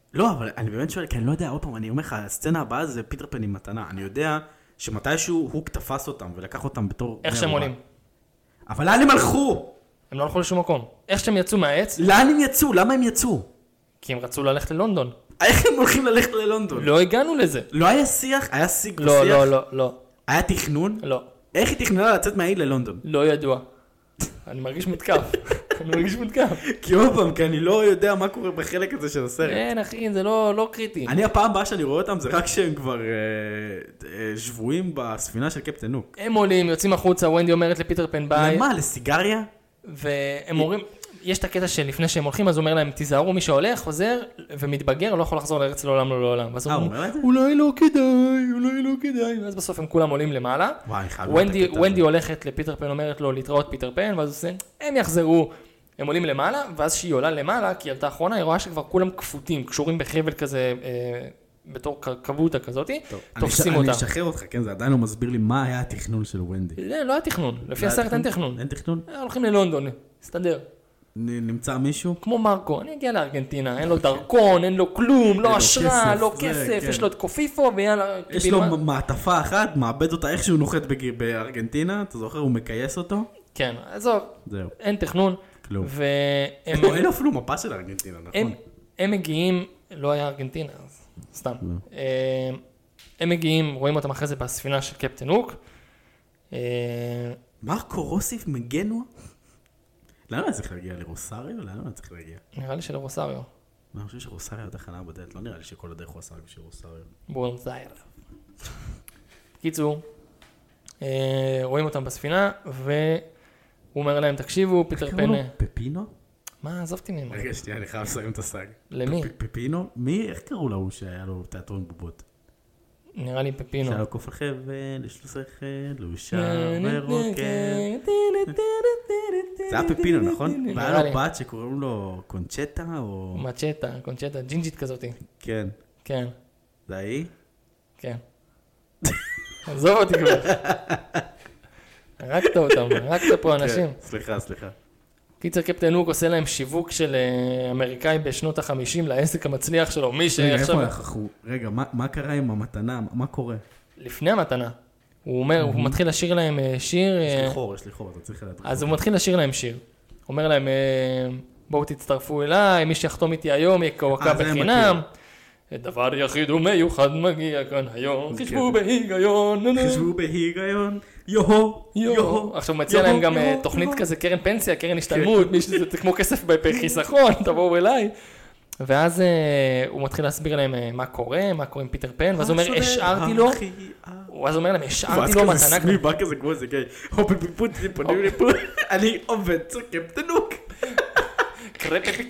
לא, אבל אני באמת שואל, כי אני לא יודע, עוד פעם, אני אומר לך, הסצנה הבאה זה פיטר פן עם מתנה. אני יודע שמתישהו הוא תפס אותם ולקח אותם בתור... איך שהם עולים. אבל לאן הם הלכו? הם לא הלכו לשום מקום. איך שהם יצאו מהעץ, לאן הם יצאו? למה הם יצאו? כי הם רצו ללכת ללונדון. איך הם הולכים ללכת ללונדון? לא הגענו לזה. לא היה שיח? היה שיג לא, ושיח? לא, לא, לא. היה תכנון? לא. איך היא תכננה לצאת מהאי ללונדון? לא ידוע. אני מרגיש מותקף. אני מרגיש מותקף. כי עוד פעם, כי אני לא יודע מה קורה בחלק הזה של הסרט. אין אחי, זה לא קריטי. אני הפעם הבאה שאני רואה אותם זה רק שהם כבר שבויים בספינה של קפטן הוק. הם עולים, יוצאים החוצה, ונדי אומרת לפיטר פן ביי. למה? לסיגריה? והם אומרים, יש את הקטע שלפני שהם הולכים, אז הוא אומר להם, תיזהרו, מי שהולך, חוזר ומתבגר, לא יכול לחזור לארץ לעולם, לא לעולם. ואז הוא אומר, אולי לא כדאי. ואז בסוף הם כולם עולים למעלה. ונדי הולכת לפיטר פן, אומרת לו להתראות פיטר פן, ואז הוא עושה, הם יחזרו. הם עולים למעלה, ואז שהיא עולה למעלה, כי היא עלתה האחרונה, היא רואה שכבר כולם כפותים, קשורים בחבל כזה, בתור קבוטה כזאת, תופסים אותה. אני אשחרר אותך, כן, זה עדיין לא מסביר לי מה היה התכנון של ונדי. לא היה תכנון, לפי הסרט אין תכנון. אין תכנון? הולכים ללונדון, הסתדר. נמצא מישהו? כמו מרקו, אני אגיע לארגנטינה, אין לו דרכון, אין לו כלום, לא אשרה, לא כסף, יש לו את קופיפו ויאללה. יש לו מעטפה אחת, מאבד אותה איך שהוא נוחת בארגנטינה, אתה זוכר, הוא מקייס אותו? כן, עזוב, אין תכנון. כלום. אין אפילו מפה של ארגנטינה, נכון? הם מגיעים, לא היה ארגנטינה, אז סתם. הם מגיעים, רואים אותם אחרי זה בספינה של קפטן הוק. מרקו רוסיף מגנוע? לאן אני צריך להגיע? לרוסריו? לאן אני צריך להגיע? נראה לי שלרוסריו. אני חושב שרוסריו התחנה בדלת, לא נראה לי שכל הדרך הוא עשה בשביל רוסריו. בואנוס איירס. קיצור, רואים אותם בספינה, והוא אומר להם, תקשיבו, פיטר פן... פפינו? מה, עזבתי ממנו. רגע, שנייה, אני חייב לסיים את הסאג. למי? פפינו? מי? איך קראו לו שהיה לו תיאטרון בובות? נראה לי פפינו. שהיה לו קוף על חבל, יש לו שכל, לאושר ורוקד. זה היה פפינו, נכון? והיה לו בת שקוראים לו קונצ'טה או... קונצ'טה, ג'ינג'ית כזאת. כן. כן. זה היא? כן. עזוב אותי כבר. הרגת אותם, הרגת פה אנשים. סליחה. קיצר קפטן הוק עושה להם שיווק של אמריקאי בשנות ה-50 לעסק המצליח שלו. רגע, מה קרה עם המתנה? מה קורה? לפני המתנה. הוא אומר, הוא מתחיל לשיר להם שיר. יש לי חור, אתה צריך לדעת. אז הוא מתחיל לשיר להם שיר. אומר להם, בואו תצטרפו אליי, מי שיחתום איתי היום יקורקה בחינם. דבר יחיד ומיוחד מגיע כאן היום, חשבו בהיגיון. יוהו. עכשיו הוא מציע להם גם תוכנית כזה, קרן פנסיה, קרן השתלמות, זה כמו כסף בחיסכון, תבואו אליי. ואז הוא מתחיל להסביר להם מה קורה עם פיטר פן, ואז הוא אומר, השארתי לו, ואז הוא אומר להם, השארתי לו מתנה. ואז כזה סמי בא כזה כמו זה, הופי פיפוטי, פונים לפה, אני עובד קפטן הוק. קרפי.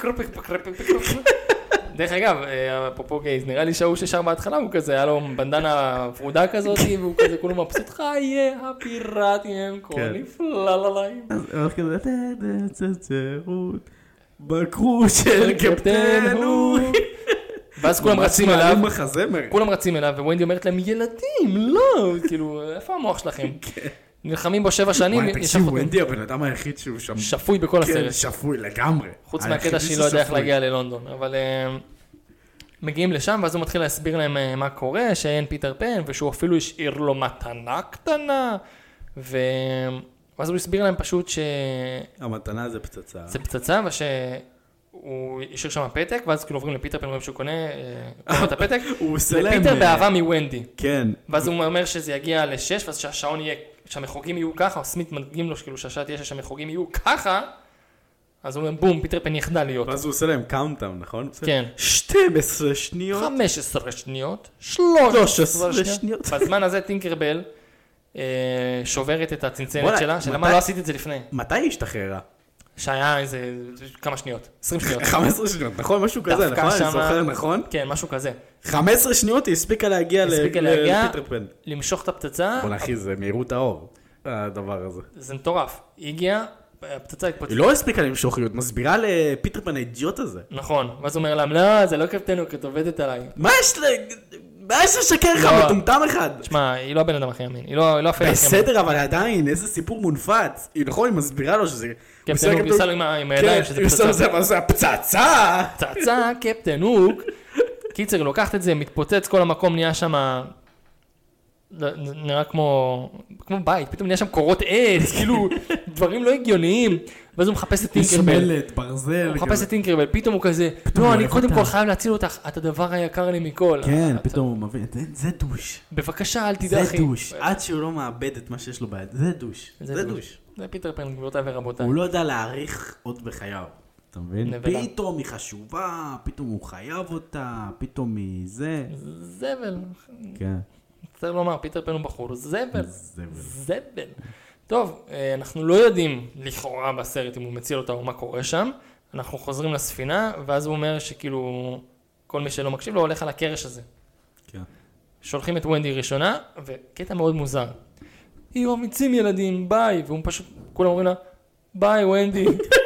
דרך אגב, אפרופו גייז, נראה לי שההוא ששר בהתחלה הוא כזה, היה לו בנדנה ורודה כזאת, והוא כזה כולו מבסוט, חיי הפיראטים, כל נפללליים. אז הוא הולך כזה, צצרות, בקרו של קפטן הוק. ואז כולם רצים אליו, וונדי אומרת להם, ילדים, לא, כאילו, איפה המוח שלכם? נלחמים בו 7 שנים. וואי, תקשיב, ונדי הבן אדם היחיד שהוא שם... שפוי בכל הסרט. כן, שפוי לגמרי. חוץ מהקטע שהיא לא יודע איך להגיע ללונדון. אבל מגיעים לשם, ואז הוא מתחיל להסביר להם מה קורה, שאין פיטר פן, ושהוא אפילו השאיר לו מתנה קטנה. ואז הוא הסביר להם פשוט ש... המתנה זה פצצה. זה פצצה, ושהוא השאיר שם פתק, ואז כאילו עוברים לפיטר פן, רואים שהוא קונה את הפתק. הוא עושה להם... ופיטר באהבה מוונדי. כן. ואז הוא אומר שזה יגיע ל-6, ואז שהשעון יהיה... שהמחוגים יהיו ככה, או סמית מדגים לו שכאילו שהשעה תהיה שהמחוגים יהיו ככה, אז הוא אומר, בום, פיטר פן יחדל להיות. ואז הוא עושה להם קאונטאון, נכון? כן. 12 שניות. 15 שניות. 13 שניות. בזמן הזה טינקרבל שוברת את הצנצנת שלה, שלמה לא עשית את זה לפני? מתי היא השתחררה? שהיה איזה כמה שניות, 20 שניות. 15 שניות, נכון? משהו כזה, נכון? אני זוכר, נכון? כן, משהו כזה. 15 שניות היא הספיקה להגיע לפיטר פן. למשוך את הפצצה. בוא אחי, זה מהירות האור, הדבר הזה. זה מטורף. היא הגיעה, הפצצה התפוצצה. היא לא הספיקה למשוך, היא עוד מסבירה לפיטר פן האידיוט הזה. נכון, ואז הוא אומר להם, לא, זה לא קפטן הוק, את עובדת עליי. מה יש לשקר לך, מטומטם אחד? תשמע, היא לא הבן אדם הכי אמין, היא לא אפילו הכי אמין. בסדר, אבל עדיין, איזה סיפור מונפץ. היא נכון, היא מסבירה לו שזה... קפטן הוק יסע לו עם הידיים שזה פצצה. זה פצצה! פצצה, קפטן הוק. קיצר, לוקחת את זה, מתפוצץ כל המקום, נהיה שם, נראה כמו בית, פתאום נהיה שם קורות עץ, כאילו, דברים לא הגיוניים, ואז הוא מחפש את טינקרבל. שמלת, ברזל. הוא מחפש את טינקרבל, פתאום הוא כזה, לא, אני קודם כל חייב להציל אותך, את הדבר היקר לי מכל. כן, פתאום הוא מבין, זה דוש. בבקשה, אל תדעי. זה דוש, עד שהוא לא מאבד את מה שיש לו ביד, זה דוש. זה דוש. זה פיטר פן, גבירותיי ורבותיי. הוא לא יודע להעריך עוד בחייו, אתה מבין? נבלה. פתאום היא חשובה, פתאום הוא חייב אותה, פתאום היא זה. זבל. כן. צריך לומר, פיטר פן הוא בחור, זבל. זבל. זבל. טוב, אנחנו לא יודעים לכאורה בסרט אם הוא מציל אותה או מה קורה שם. אנחנו חוזרים לספינה, ואז הוא אומר שכאילו, כל מי שלא מקשיב לו הולך על הקרש הזה. כן. שולחים את ונדי ראשונה, וקטע מאוד מוזר. יהיו אמיצים ילדים, ביי. והוא פשוט, כולם אומרים לה, ביי ונדי.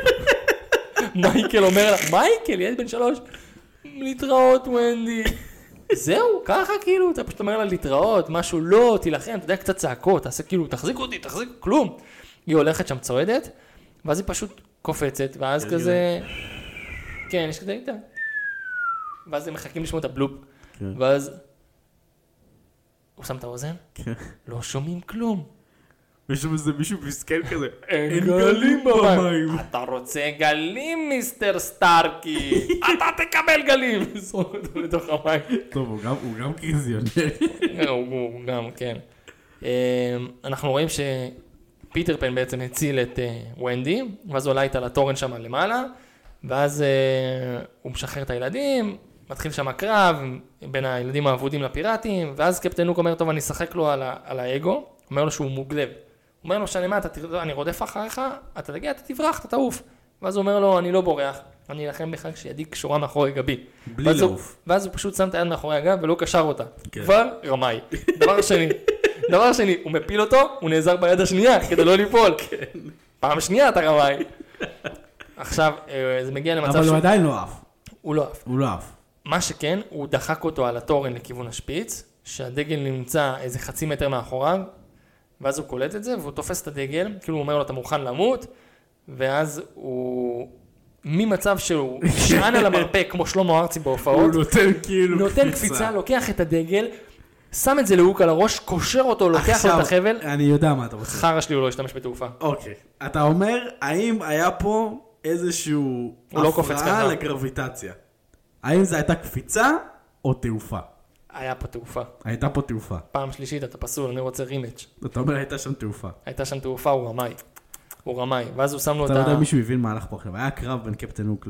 מייקל אומר לה, מייקל, ילד בן 3, להתראות ונדי. זהו, ככה כאילו, אתה פשוט אומר לה להתראות, משהו לא, תילחם, אתה יודע, קצת צעקות, תעשה כאילו, תחזיק אותי, כלום. היא הולכת שם צועדת, ואז היא פשוט קופצת, ואז כזה, כן, יש כזה איתה. ואז הם מחכים לשמוע את הבלופ, ואז הוא שם את האוזן, לא שומעים כלום. יש שם איזה מישהו מסכן כזה, אין גלים במים. אתה רוצה גלים, מיסטר סטארקי? אתה תקבל גלים. זרוק אותו לתוך המים. טוב, הוא גם קריזיונר. הוא גם, כן. אנחנו רואים שפיטר פן בעצם הציל את ונדי, ואז הוא עלה איתה לתורן שם למעלה, ואז הוא משחרר את הילדים, מתחיל שם הקרב בין הילדים האבודים לפיראטים, ואז קפטן הוק אומר, טוב, אני אשחק לו על האגו, אומר לו שהוא מוגלב. הוא אומר לו, שאני מה, אני רודף אחריך, אתה תגיע, אתה תברח, אתה תעוף. ואז הוא אומר לו, אני לא בורח, אני אלחם בך כשידי קשורה מאחורי גבי. בלי לעוף. ואז הוא פשוט שם את היד מאחורי הגב ולא קשר אותה. כבר רמאי. דבר שני, הוא מפיל אותו, הוא נעזר ביד השנייה כדי לא ליפול. פעם שנייה אתה רמאי. עכשיו, זה מגיע למצב אבל הוא עדיין לא עף. הוא לא עף. הוא לא עף. מה שכן, הוא דחק אותו על התורן לכיוון השפיץ, שהדגל נמצא איזה חצי מטר מאחוריו, ואז הוא קולט את זה, והוא תופס את הדגל, כאילו הוא אומר לו, אתה מוכן למות, ואז הוא, ממצב שהוא נשען על המרפק, כמו שלמה ארצי בהופעות, הוא נותן כאילו נותן קפיצה, לוקח את הדגל, שם את זה להוק על הראש, קושר אותו, לוקח לו את החבל. אני יודע מה אתה רוצה. חרא שלי הוא לא השתמש בתעופה. אוקיי. אתה אומר, האם היה פה איזשהו הפרעה לגרביטציה? האם זה הייתה קפיצה או תעופה? היה פה תעופה. הייתה פה תעופה. פעם שלישית, אתה פסול, אני רוצה רימץ'. אתה אומר, הייתה שם תעופה. הייתה שם תעופה, הוא רמאי. הוא רמאי. ואז הוא שם לו את אתה יודע, מישהו הבין מה הלך פה עכשיו. היה קרב בין קפטן הוק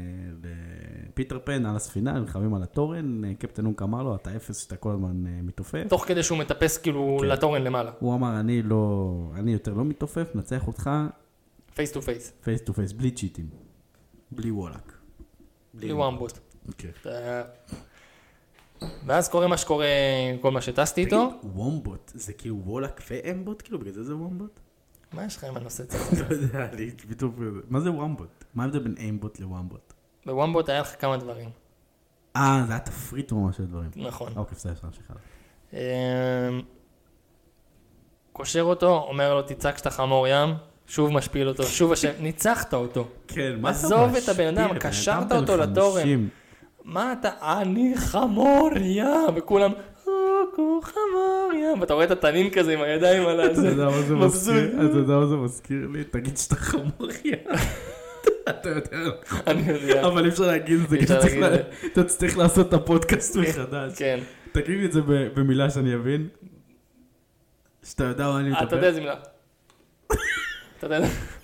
לפיטר פן על הספינה, נלחמים על התורן. קפטן הוק אמר לו, אתה אפס שאתה כל הזמן מתעופף. תוך כדי שהוא מטפס כאילו לתורן למעלה. הוא אמר, אני יותר לא מתעופף, נצח אותך. פייס טו פייס. פייס טו פייס, בלי צ'יטים. בלי וולק. בלי וואמבוט. אוקיי. ואז קורה מה שקורה, כל מה שטסתי איתו. וומבוט, זה כאילו וולק ואמבוט, כאילו בגלל זה וומבוט? מה יש לך עם הנושא הזה? לא יודע, לי פתאום, מה זה וומבוט? מה ההבדל בין אמבוט לוומבוט? בוומבוט היה לך כמה דברים. זה היה תפריט ממש של דברים. נכון. אוקיי, בסדר, שלך. קושר אותו, אומר לו, תצעק שאתה חמור ים, שוב משפיל אותו, שוב השם, ניצחת אותו. כן, מה אתה עזוב את הבן אדם, קשרת אותו לתורן. מה אתה, אני חמור ים, וכולם, הוא חמור ים, ואתה רואה את התנין כזה עם הידיים על זה. אתה יודע מה זה מזכיר לי? תגיד שאתה חמור ים. אתה יודע. אני יודע. אבל אי אפשר להגיד את זה, אתה צריך לעשות את הפודקאסט מחדש. כן. תגיד לי את זה במילה שאני אבין. שאתה יודע מה אני מדבר. אתה יודע איזה מילה. אתה יודע.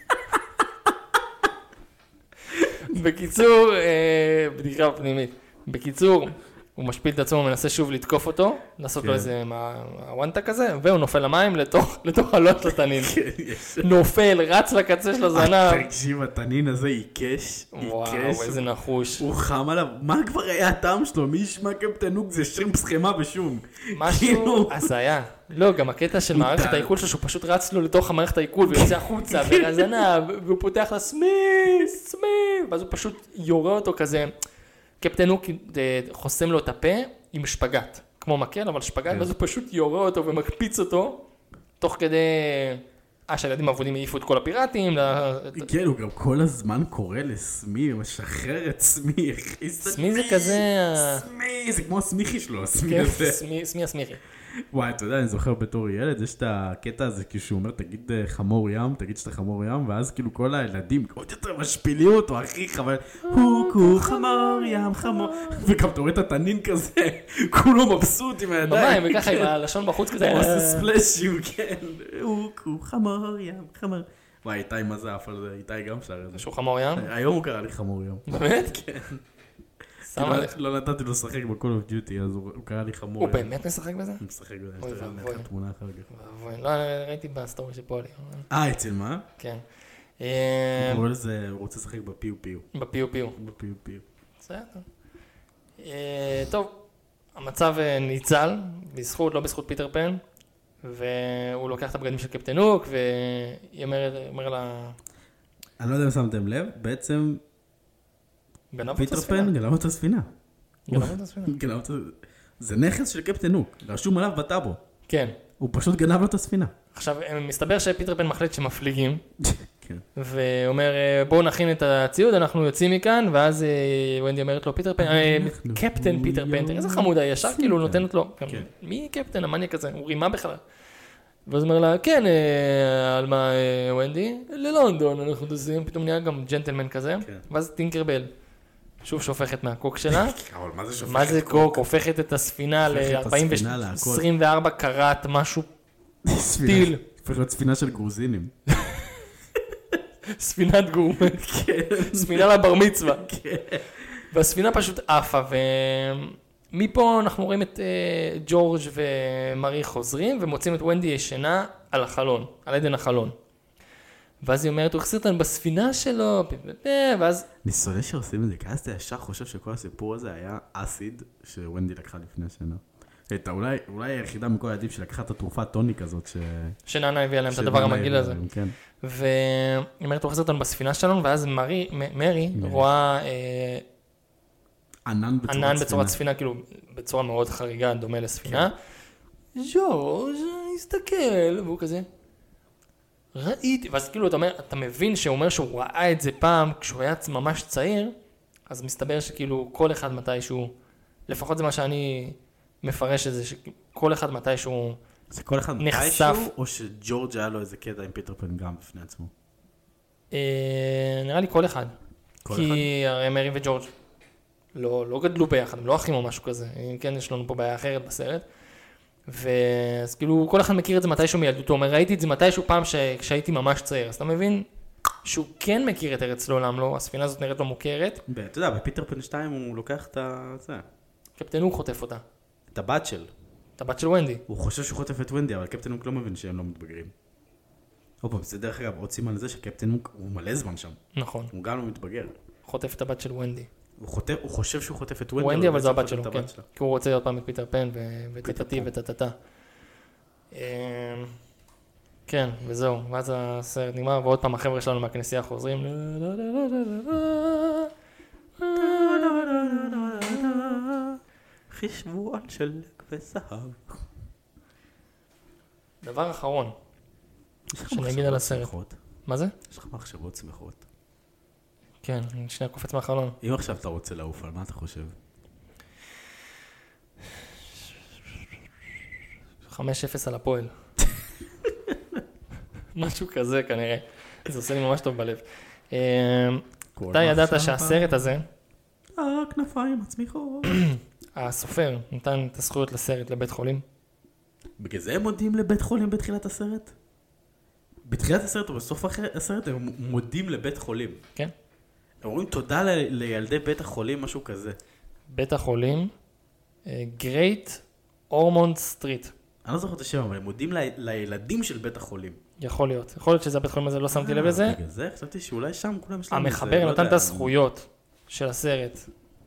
בקיצור, בדיחה פנימית. בקיצור, הוא משפיל את עצמו, הוא מנסה שוב לתקוף אותו, לעשות לו איזה וואנטה כזה, והוא נופל למים לתוך הלוח של התנין. נופל, רץ לקצה של הזנב. תקשיב, התנין הזה עיקש. וואו, איזה נחוש. הוא חם עליו. מה כבר היה הטעם שלו? מי ישמע קפטן הוק זה שרימפס חמה בשום. משהו הזיה. לא, גם הקטע של מערכת העיכול שלו, שהוא פשוט רץ לו לתוך המערכת העיכול, ויוצא החוצה, והזנב, והוא פותח לה סמיס, ואז הוא פשוט יורה אותו כזה. קפטן הוק חוסם לו את הפה עם שפגט, כמו מקל, אבל שפגט, ואז הוא פשוט יורה אותו ומקפיץ אותו, תוך כדי שהילדים האבודים העיפו את כל הפיראטים. כן, הוא גם כל הזמן קורא לסמי, משחרר את סמי. סמי זה כזה... סמי, זה כמו הסמיכי שלו, הסמי כן, הזה. סמי הסמיכי. וואי, אתה יודע, אני זוכר בתור ילד, יש את הקטע הזה, כשהוא אומר, תגיד חמור ים, תגיד שאתה חמור ים, ואז כאילו כל הילדים, עוד יותר משפילים אותו, אחי, אבל הוא חמור ים, חמור, וגם אתה רואה את התנין כזה, כולו מבסוט עם הידיים. במים, וככה עם הלשון בחוץ כזה. הוא עושה ספלשים, כן, הוא חמור ים, חמור. וואי, איתי, מה זה אף על זה? איתי גם שר את זה. שהוא חמור ים? היום הוא קרא לי חמור ים. באמת? כן. שם עליך. לא נתתי לו לשחק ב-Call of Duty, אז הוא קרא לי חמור. הוא באמת משחק בזה? הוא משחק בזה, אוי יש לך ואבוי. תמונה אחר כך. לא, ראיתי בסטורי של פולי. אצל מה? כן. הוא קורא לזה, הוא רוצה לשחק בפיו פיו. בפיו פיו. בפיו פיו. בסדר. טוב, המצב ניצל, בזכות, לא בזכות פיטר פן, והוא לוקח את הבגדים של קפטן הוק, והיא אומר לה... אני לא יודע אם שמתם לב, בעצם פיטר פן גנב את הספינה. גנב את הספינה. זה נכס של קפטן הוק, רשום עליו בטאבו. כן. הוא פשוט גנב לו את הספינה. עכשיו, מסתבר שפיטר פן מחליט שמפליגים, כן. ואומר, בואו נכין את הציוד, אנחנו יוצאים מכאן, ואז ונדי אומרת לו, פיטר פן, קפטן פיטר פן, תראה איזה חמודה, ישר כאילו נותנת לו, מי קפטן, המניאק הזה, הוא רימה בכלל. ואז אומר לה, כן, על מה ונדי? ללונדון, אנחנו דוזים, פתאום נהיה גם ג'נטלמן כזה, ואז טינקרבל, שוב שופכת מהקוק שלה. אבל מה זה שופכת? מה זה קוק? הופכת את הספינה ל-24 קראט, משהו טיל. הופכת ספינה של גרוזינים. ספינת גורמה. ספינה לבר מצווה. והספינה פשוט עפה, ומפה אנחנו רואים את ג'ורג' ומרי חוזרים, ומוצאים את ונדי ישנה על החלון, על עדן החלון. ואז היא אומרת, הוא החסיר אותנו בספינה שלו, ואז... אני שונא שעושים את זה, כי אז אתה ישר חושב שכל הסיפור הזה היה אסיד שוונדי לקחה לפני השנה. הייתה אולי היחידה מכל הילדים שלקחה את התרופה טוניק הזאת שננה הביאה להם את הדבר המגעיל הזה. כן. והיא אומרת, הוא החסיר אותנו בספינה שלנו, ואז מרי רואה ענן בצורת ספינה, כאילו בצורה מאוד חריגה, דומה לספינה. ז'ורג', הסתכל, והוא כזה... ראיתי, ואז כאילו אתה מבין שהוא אומר שהוא ראה את זה פעם כשהוא היה ממש צעיר, אז מסתבר שכאילו כל אחד מתישהו, לפחות זה מה שאני מפרש את זה, שכל אחד מתישהו נחשף. זה כל אחד מתישהו, או שג'ורג' היה לו איזה קטע עם פיטר פן גם בפני עצמו? נראה לי כל אחד. כי הרי מרי וג'ורג' לא גדלו ביחד, הם לא אחים או משהו כזה, כן יש לנו פה בעיה אחרת בסרט. ואז כאילו כל אחד מכיר את זה מתישהו מילדותו, הוא אומר ראיתי את זה מתישהו פעם כשהייתי ממש צעיר, אז אתה מבין שהוא כן מכיר את ארץ לעולם לו, הספינה הזאת נראית לו מוכרת. אתה יודע, בפיטר פן 2 הוא לוקח את זה. קפטן הוק חוטף אותה. את הבת של. את הבת של ונדי. הוא חושב שהוא חוטף את ונדי, אבל קפטן הוק לא מבין שהם לא מתבגרים. אופה, זה דרך אגב, עוד סימן לזה שקפטן הוק הוא מלא זמן שם. נכון. הוא גם לא מתבגר. חוטף את הבת של ונדי. הוא חושב שהוא חוטף את ונדי. ונדי, אבל זו הבת שלו, כן. כי הוא רוצה להיות פעם את פיטר פן וטטטי וטטטה. כן, וזהו. ואז הסרט נגמר, ועוד פעם החבר'ה שלנו מהכנסייה חוזרים. חישבו על שלג וזהב. דבר אחרון. שאני אגיד על הסרט. מה זה? יש לך מחשבות שמחות. כן, שנייה קופץ מהחלון. אם עכשיו אתה רוצה לעוף, על מה אתה חושב? 5-0 על הפועל. משהו כזה כנראה. זה עושה לי ממש טוב בלב. אתה ידעת שהסרט הזה... הכנפיים הצמיחות. הסופר נתן את הזכויות לסרט לבית חולים. בגלל זה הם מודים לבית חולים בתחילת הסרט? בתחילת הסרט או בסוף הסרט הם מודים לבית חולים. כן. הם אומרים תודה לילדי בית החולים, משהו כזה. בית החולים, גרייט אורמונד סטריט. אני לא זוכר את השם, אבל הם מודים לילדים של בית החולים. יכול להיות. יכול להיות שזה הבית חולים הזה, לא שמתי לב לזה. בגלל זה חשבתי שאולי שם כולם שלנו. המחבר נתן את הזכויות של הסרט.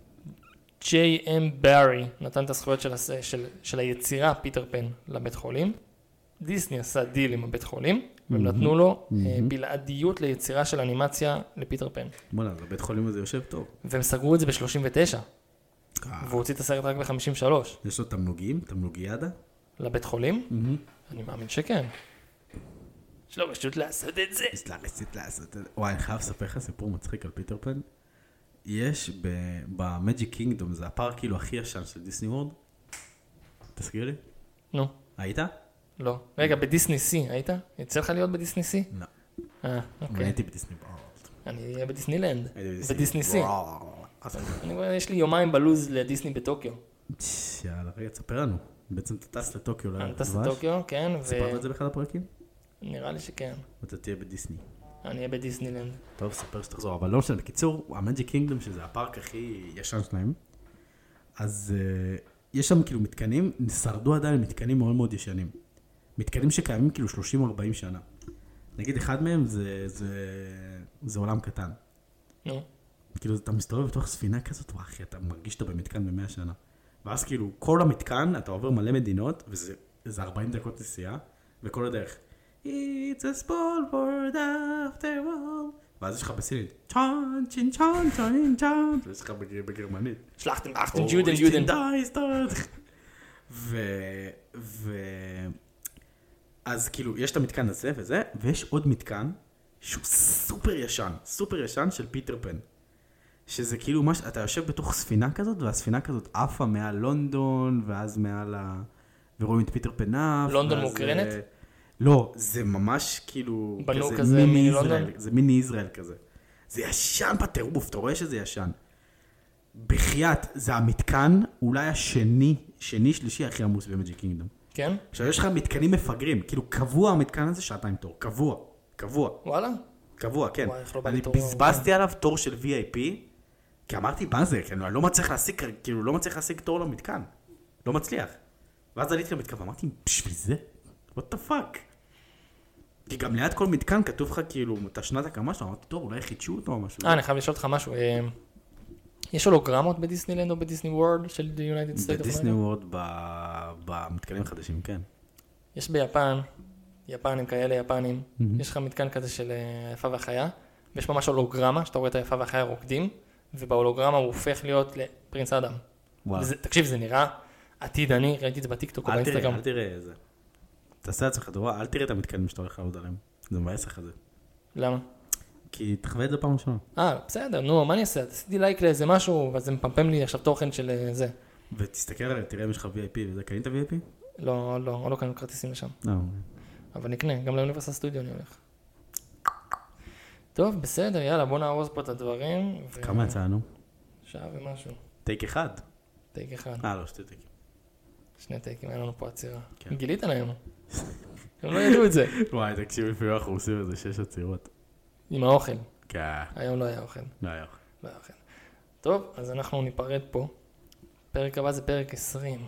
J.M. ברי נתן את הזכויות של היצירה פיטר פן לבית חולים. דיסני עשה דיל עם הבית חולים, והם נתנו לו בלעדיות ליצירה של אנימציה לפיטר פן. בוא'נה, הבית חולים הזה יושב טוב. והם סגרו את זה ב-39. והוא הוציא את הסרט רק ב-53. יש לו תמלוגים? תמלוגיאדה? לבית חולים? אני מאמין שכן. יש לו רשות לעשות את זה. יש לה רצית לעשות את זה. וואי, אני חייב לספר לך סיפור מצחיק על פיטר פן. יש במג'יק קינגדום, זה הפארק כאילו הכי ישן של דיסני וורד. תזכיר לי? נו, היית? לא. רגע, בדיסני סי, היית? יצא לך להיות בדיסני סי? לא. אוקיי. אני הייתי בדיסני וורד. אני אהיה בדיסנילנד. הייתי בדיסני סי. וורד. יש לי יומיים בלוז לדיסני בטוקיו. יאללה, רגע, תספר לנו. בעצם אתה טס לטוקיו. אני טס לטוקיו, כן. סיפרת את זה באחד הפרקים? נראה לי שכן. אתה תהיה בדיסני. אני אהיה בדיסנילנד. טוב, ספר שתחזור, אבל לא משנה. בקיצור, המג'יק קינגדום, שזה הפארק הכי ישן שלהם, אז יש שם כאילו מתקנים, שרדו עדיין מתקנים מאוד מאוד ישנים. מתקנים שקיימים כאילו 30-40 שנה. נגיד, אחד מהם זה עולם קטן. נו. כאילו, אתה מסתובב בתוך ספינה כזאת, וואי, אחי, אתה מרגיש שאתה במתקן ב100 שנה. ואז כאילו, כל המתקן, אתה עובר מלא מדינות, וזה 40 דקות נסיעה, וכל הדרך. It's a small world after all. ואז יש לך בסינית. צ'אן, צ'ין, צ'אן, צ'אן, צ'אן. ויש לך בגרמנית. שלחתם, אחתם, יודן. אז כאילו, יש את המתקן הזה וזה, ויש עוד מתקן, שהוא סופר ישן של פיטר פן. שזה כאילו, אתה יושב בתוך ספינה כזאת, והספינה כזאת עפה מעל לונדון, ואז מעל ורואים את פיטר פן עף. לונדון מוקרנת? לא, זה ממש כאילו... בנו כזה מלונדון? זה מיני ישראל כזה. זה ישן בטירוף, אתה רואה שזה ישן. בחייאת, זה המתקן אולי שלישי הכי עמוס במג'יק קינגדום. כן? עכשיו יש לך מתקנים מפגרים, כאילו קבוע המתקן הזה 2 תור, קבוע. וואלה? קבוע, כן. וואי, איך לא בא לי אני תור. בזבזתי עליו תור של VIP, כי אמרתי, מה זה? אני לא מצליח להשיג תור למתקן. לא מצליח. ואז עליתי למתקן ואמרתי, בשביל זה? What the fuck? כי גם ליד כל מתקן כתוב לך כאילו, את השנת הקמה שלו, אמרתי, טוב, אולי חידשו אותו או משהו. אני חייב לשאול אותך משהו. יש הולוגרמות בדיסנילנד או בדיסני וורד של United States of America? בדיסני וורד במתקנים החדשים, כן. יש ביפן, יפנים כאלה, יפנים, יש לך מתקן כזה של היפה והחיה, ויש ממש הולוגרמה, שאתה רואה את היפה והחיה רוקדים, ובהולוגרמה הוא הופך להיות לפרינס אדם. תקשיב, זה נראה עתידני, ראיתי את זה בטיקטוק או באינסטגרם. אל תראה איזה. תעשה עצמך דורה, אל תראה את המתקנים שאתה הולך לעבוד עליהם. זה מבאס לך זה. למה? כי תחווה את זה פעם ראשונה. בסדר, נו, מה אני אעשה? עשיתי לייק לאיזה משהו, ואז זה מפמפם לי עכשיו תוכן של זה. ותסתכל עליהם, תראה אם יש לך VIP, וזה קנית VIP? לא קנו כרטיסים לשם. אבל נקנה, גם לאוניברסיטת סטודיו אני הולך. טוב, בסדר, יאללה, בוא נארוז פה את הדברים. כמה יצאנו? שעה ומשהו. טייק אחד? טייק אחד. לא, 2 טייקים. 2 טייקים, אין לנו פה עצירה. גילית להם. הם לא ידעו את זה. וואי, תקשיב, לפעמים אנחנו עושים איזה 6 עצירות. עם האוכל. כן. היום לא היה אוכל. לא היה אוכל. טוב, אז אנחנו ניפרד פה. פרק הבא זה פרק 20.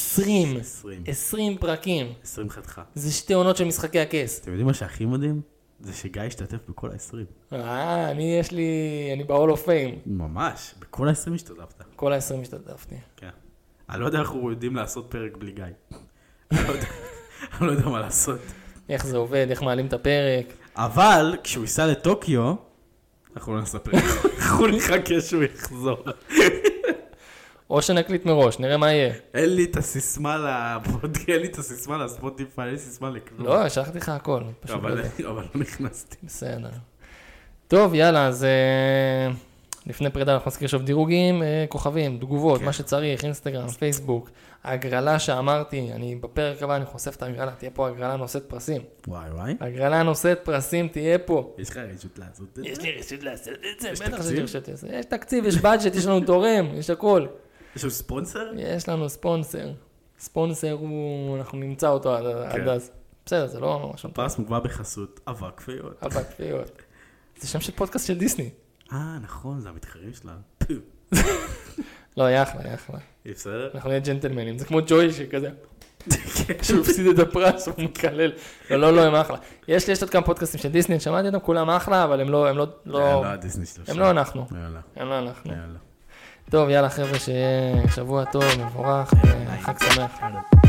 20 פרקים. 20 חתיכה. זה 2 עונות של משחקי הכס. אתם יודעים מה שהכי מדהים? זה שגיא השתתף בכל 20. אני ב-Hall of Fame. ממש, בכל 20 השתתפת. כל 20 השתתפתי. כן. אני לא יודע איך אנחנו יודעים לעשות פרק בלי גיא. אני לא יודע מה לעשות. איך זה עובד, איך מעלים את הפרק. אבל כשהוא ייסע לטוקיו, אנחנו לא נספר. אנחנו נחכה שהוא יחזור. או שנקליט מראש, נראה מה יהיה. אין לי את הסיסמה לספוטיפיי, אין לי סיסמה לכלום. לא, שלחתי לך הכל. אבל לא נכנסתי. בסדר. טוב, יאללה, אז לפני פרידה אנחנו נזכיר שוב דירוגים, כוכבים, תגובות, מה שצריך, אינסטגרם, פייסבוק. ההגרלה שאמרתי, בפרק הבא אני חושף את ההגרלה, תהיה פה הגרלה נושאת פרסים. וואי. הגרלה נושאת פרסים, תהיה פה. יש לך רשות לעשות את זה? יש לי רשות לעשות את זה, בטח שיש רשות לעשות את זה. יש תקציב, יש בדג'ט, יש לנו תורם, יש הכל. יש לנו ספונסר? יש לנו ספונסר. ספונסר אנחנו נמצא אותו עד אז. בסדר, זה לא משהו. פרס מוגבר בחסות, אבק פיות. אבק פיות. זה שם של פודקאסט של דיסני. נכון, זה המתחרים שלה. לא, היה אחלה. בסדר? אנחנו נהיה ג'נטלמנים, זה כמו ג'וי שכזה. כשהוא הפסיד את הפרס, הוא מקלל. לא, הם אחלה. יש עוד כמה פודקאסטים של דיסני, שמעתי אותם, כולם אחלה, אבל הם לא... לא הדיסני שלו. הם לא אנחנו. טוב, יאללה חבר'ה, שיהיה שבוע טוב, מבורך, חג שמח.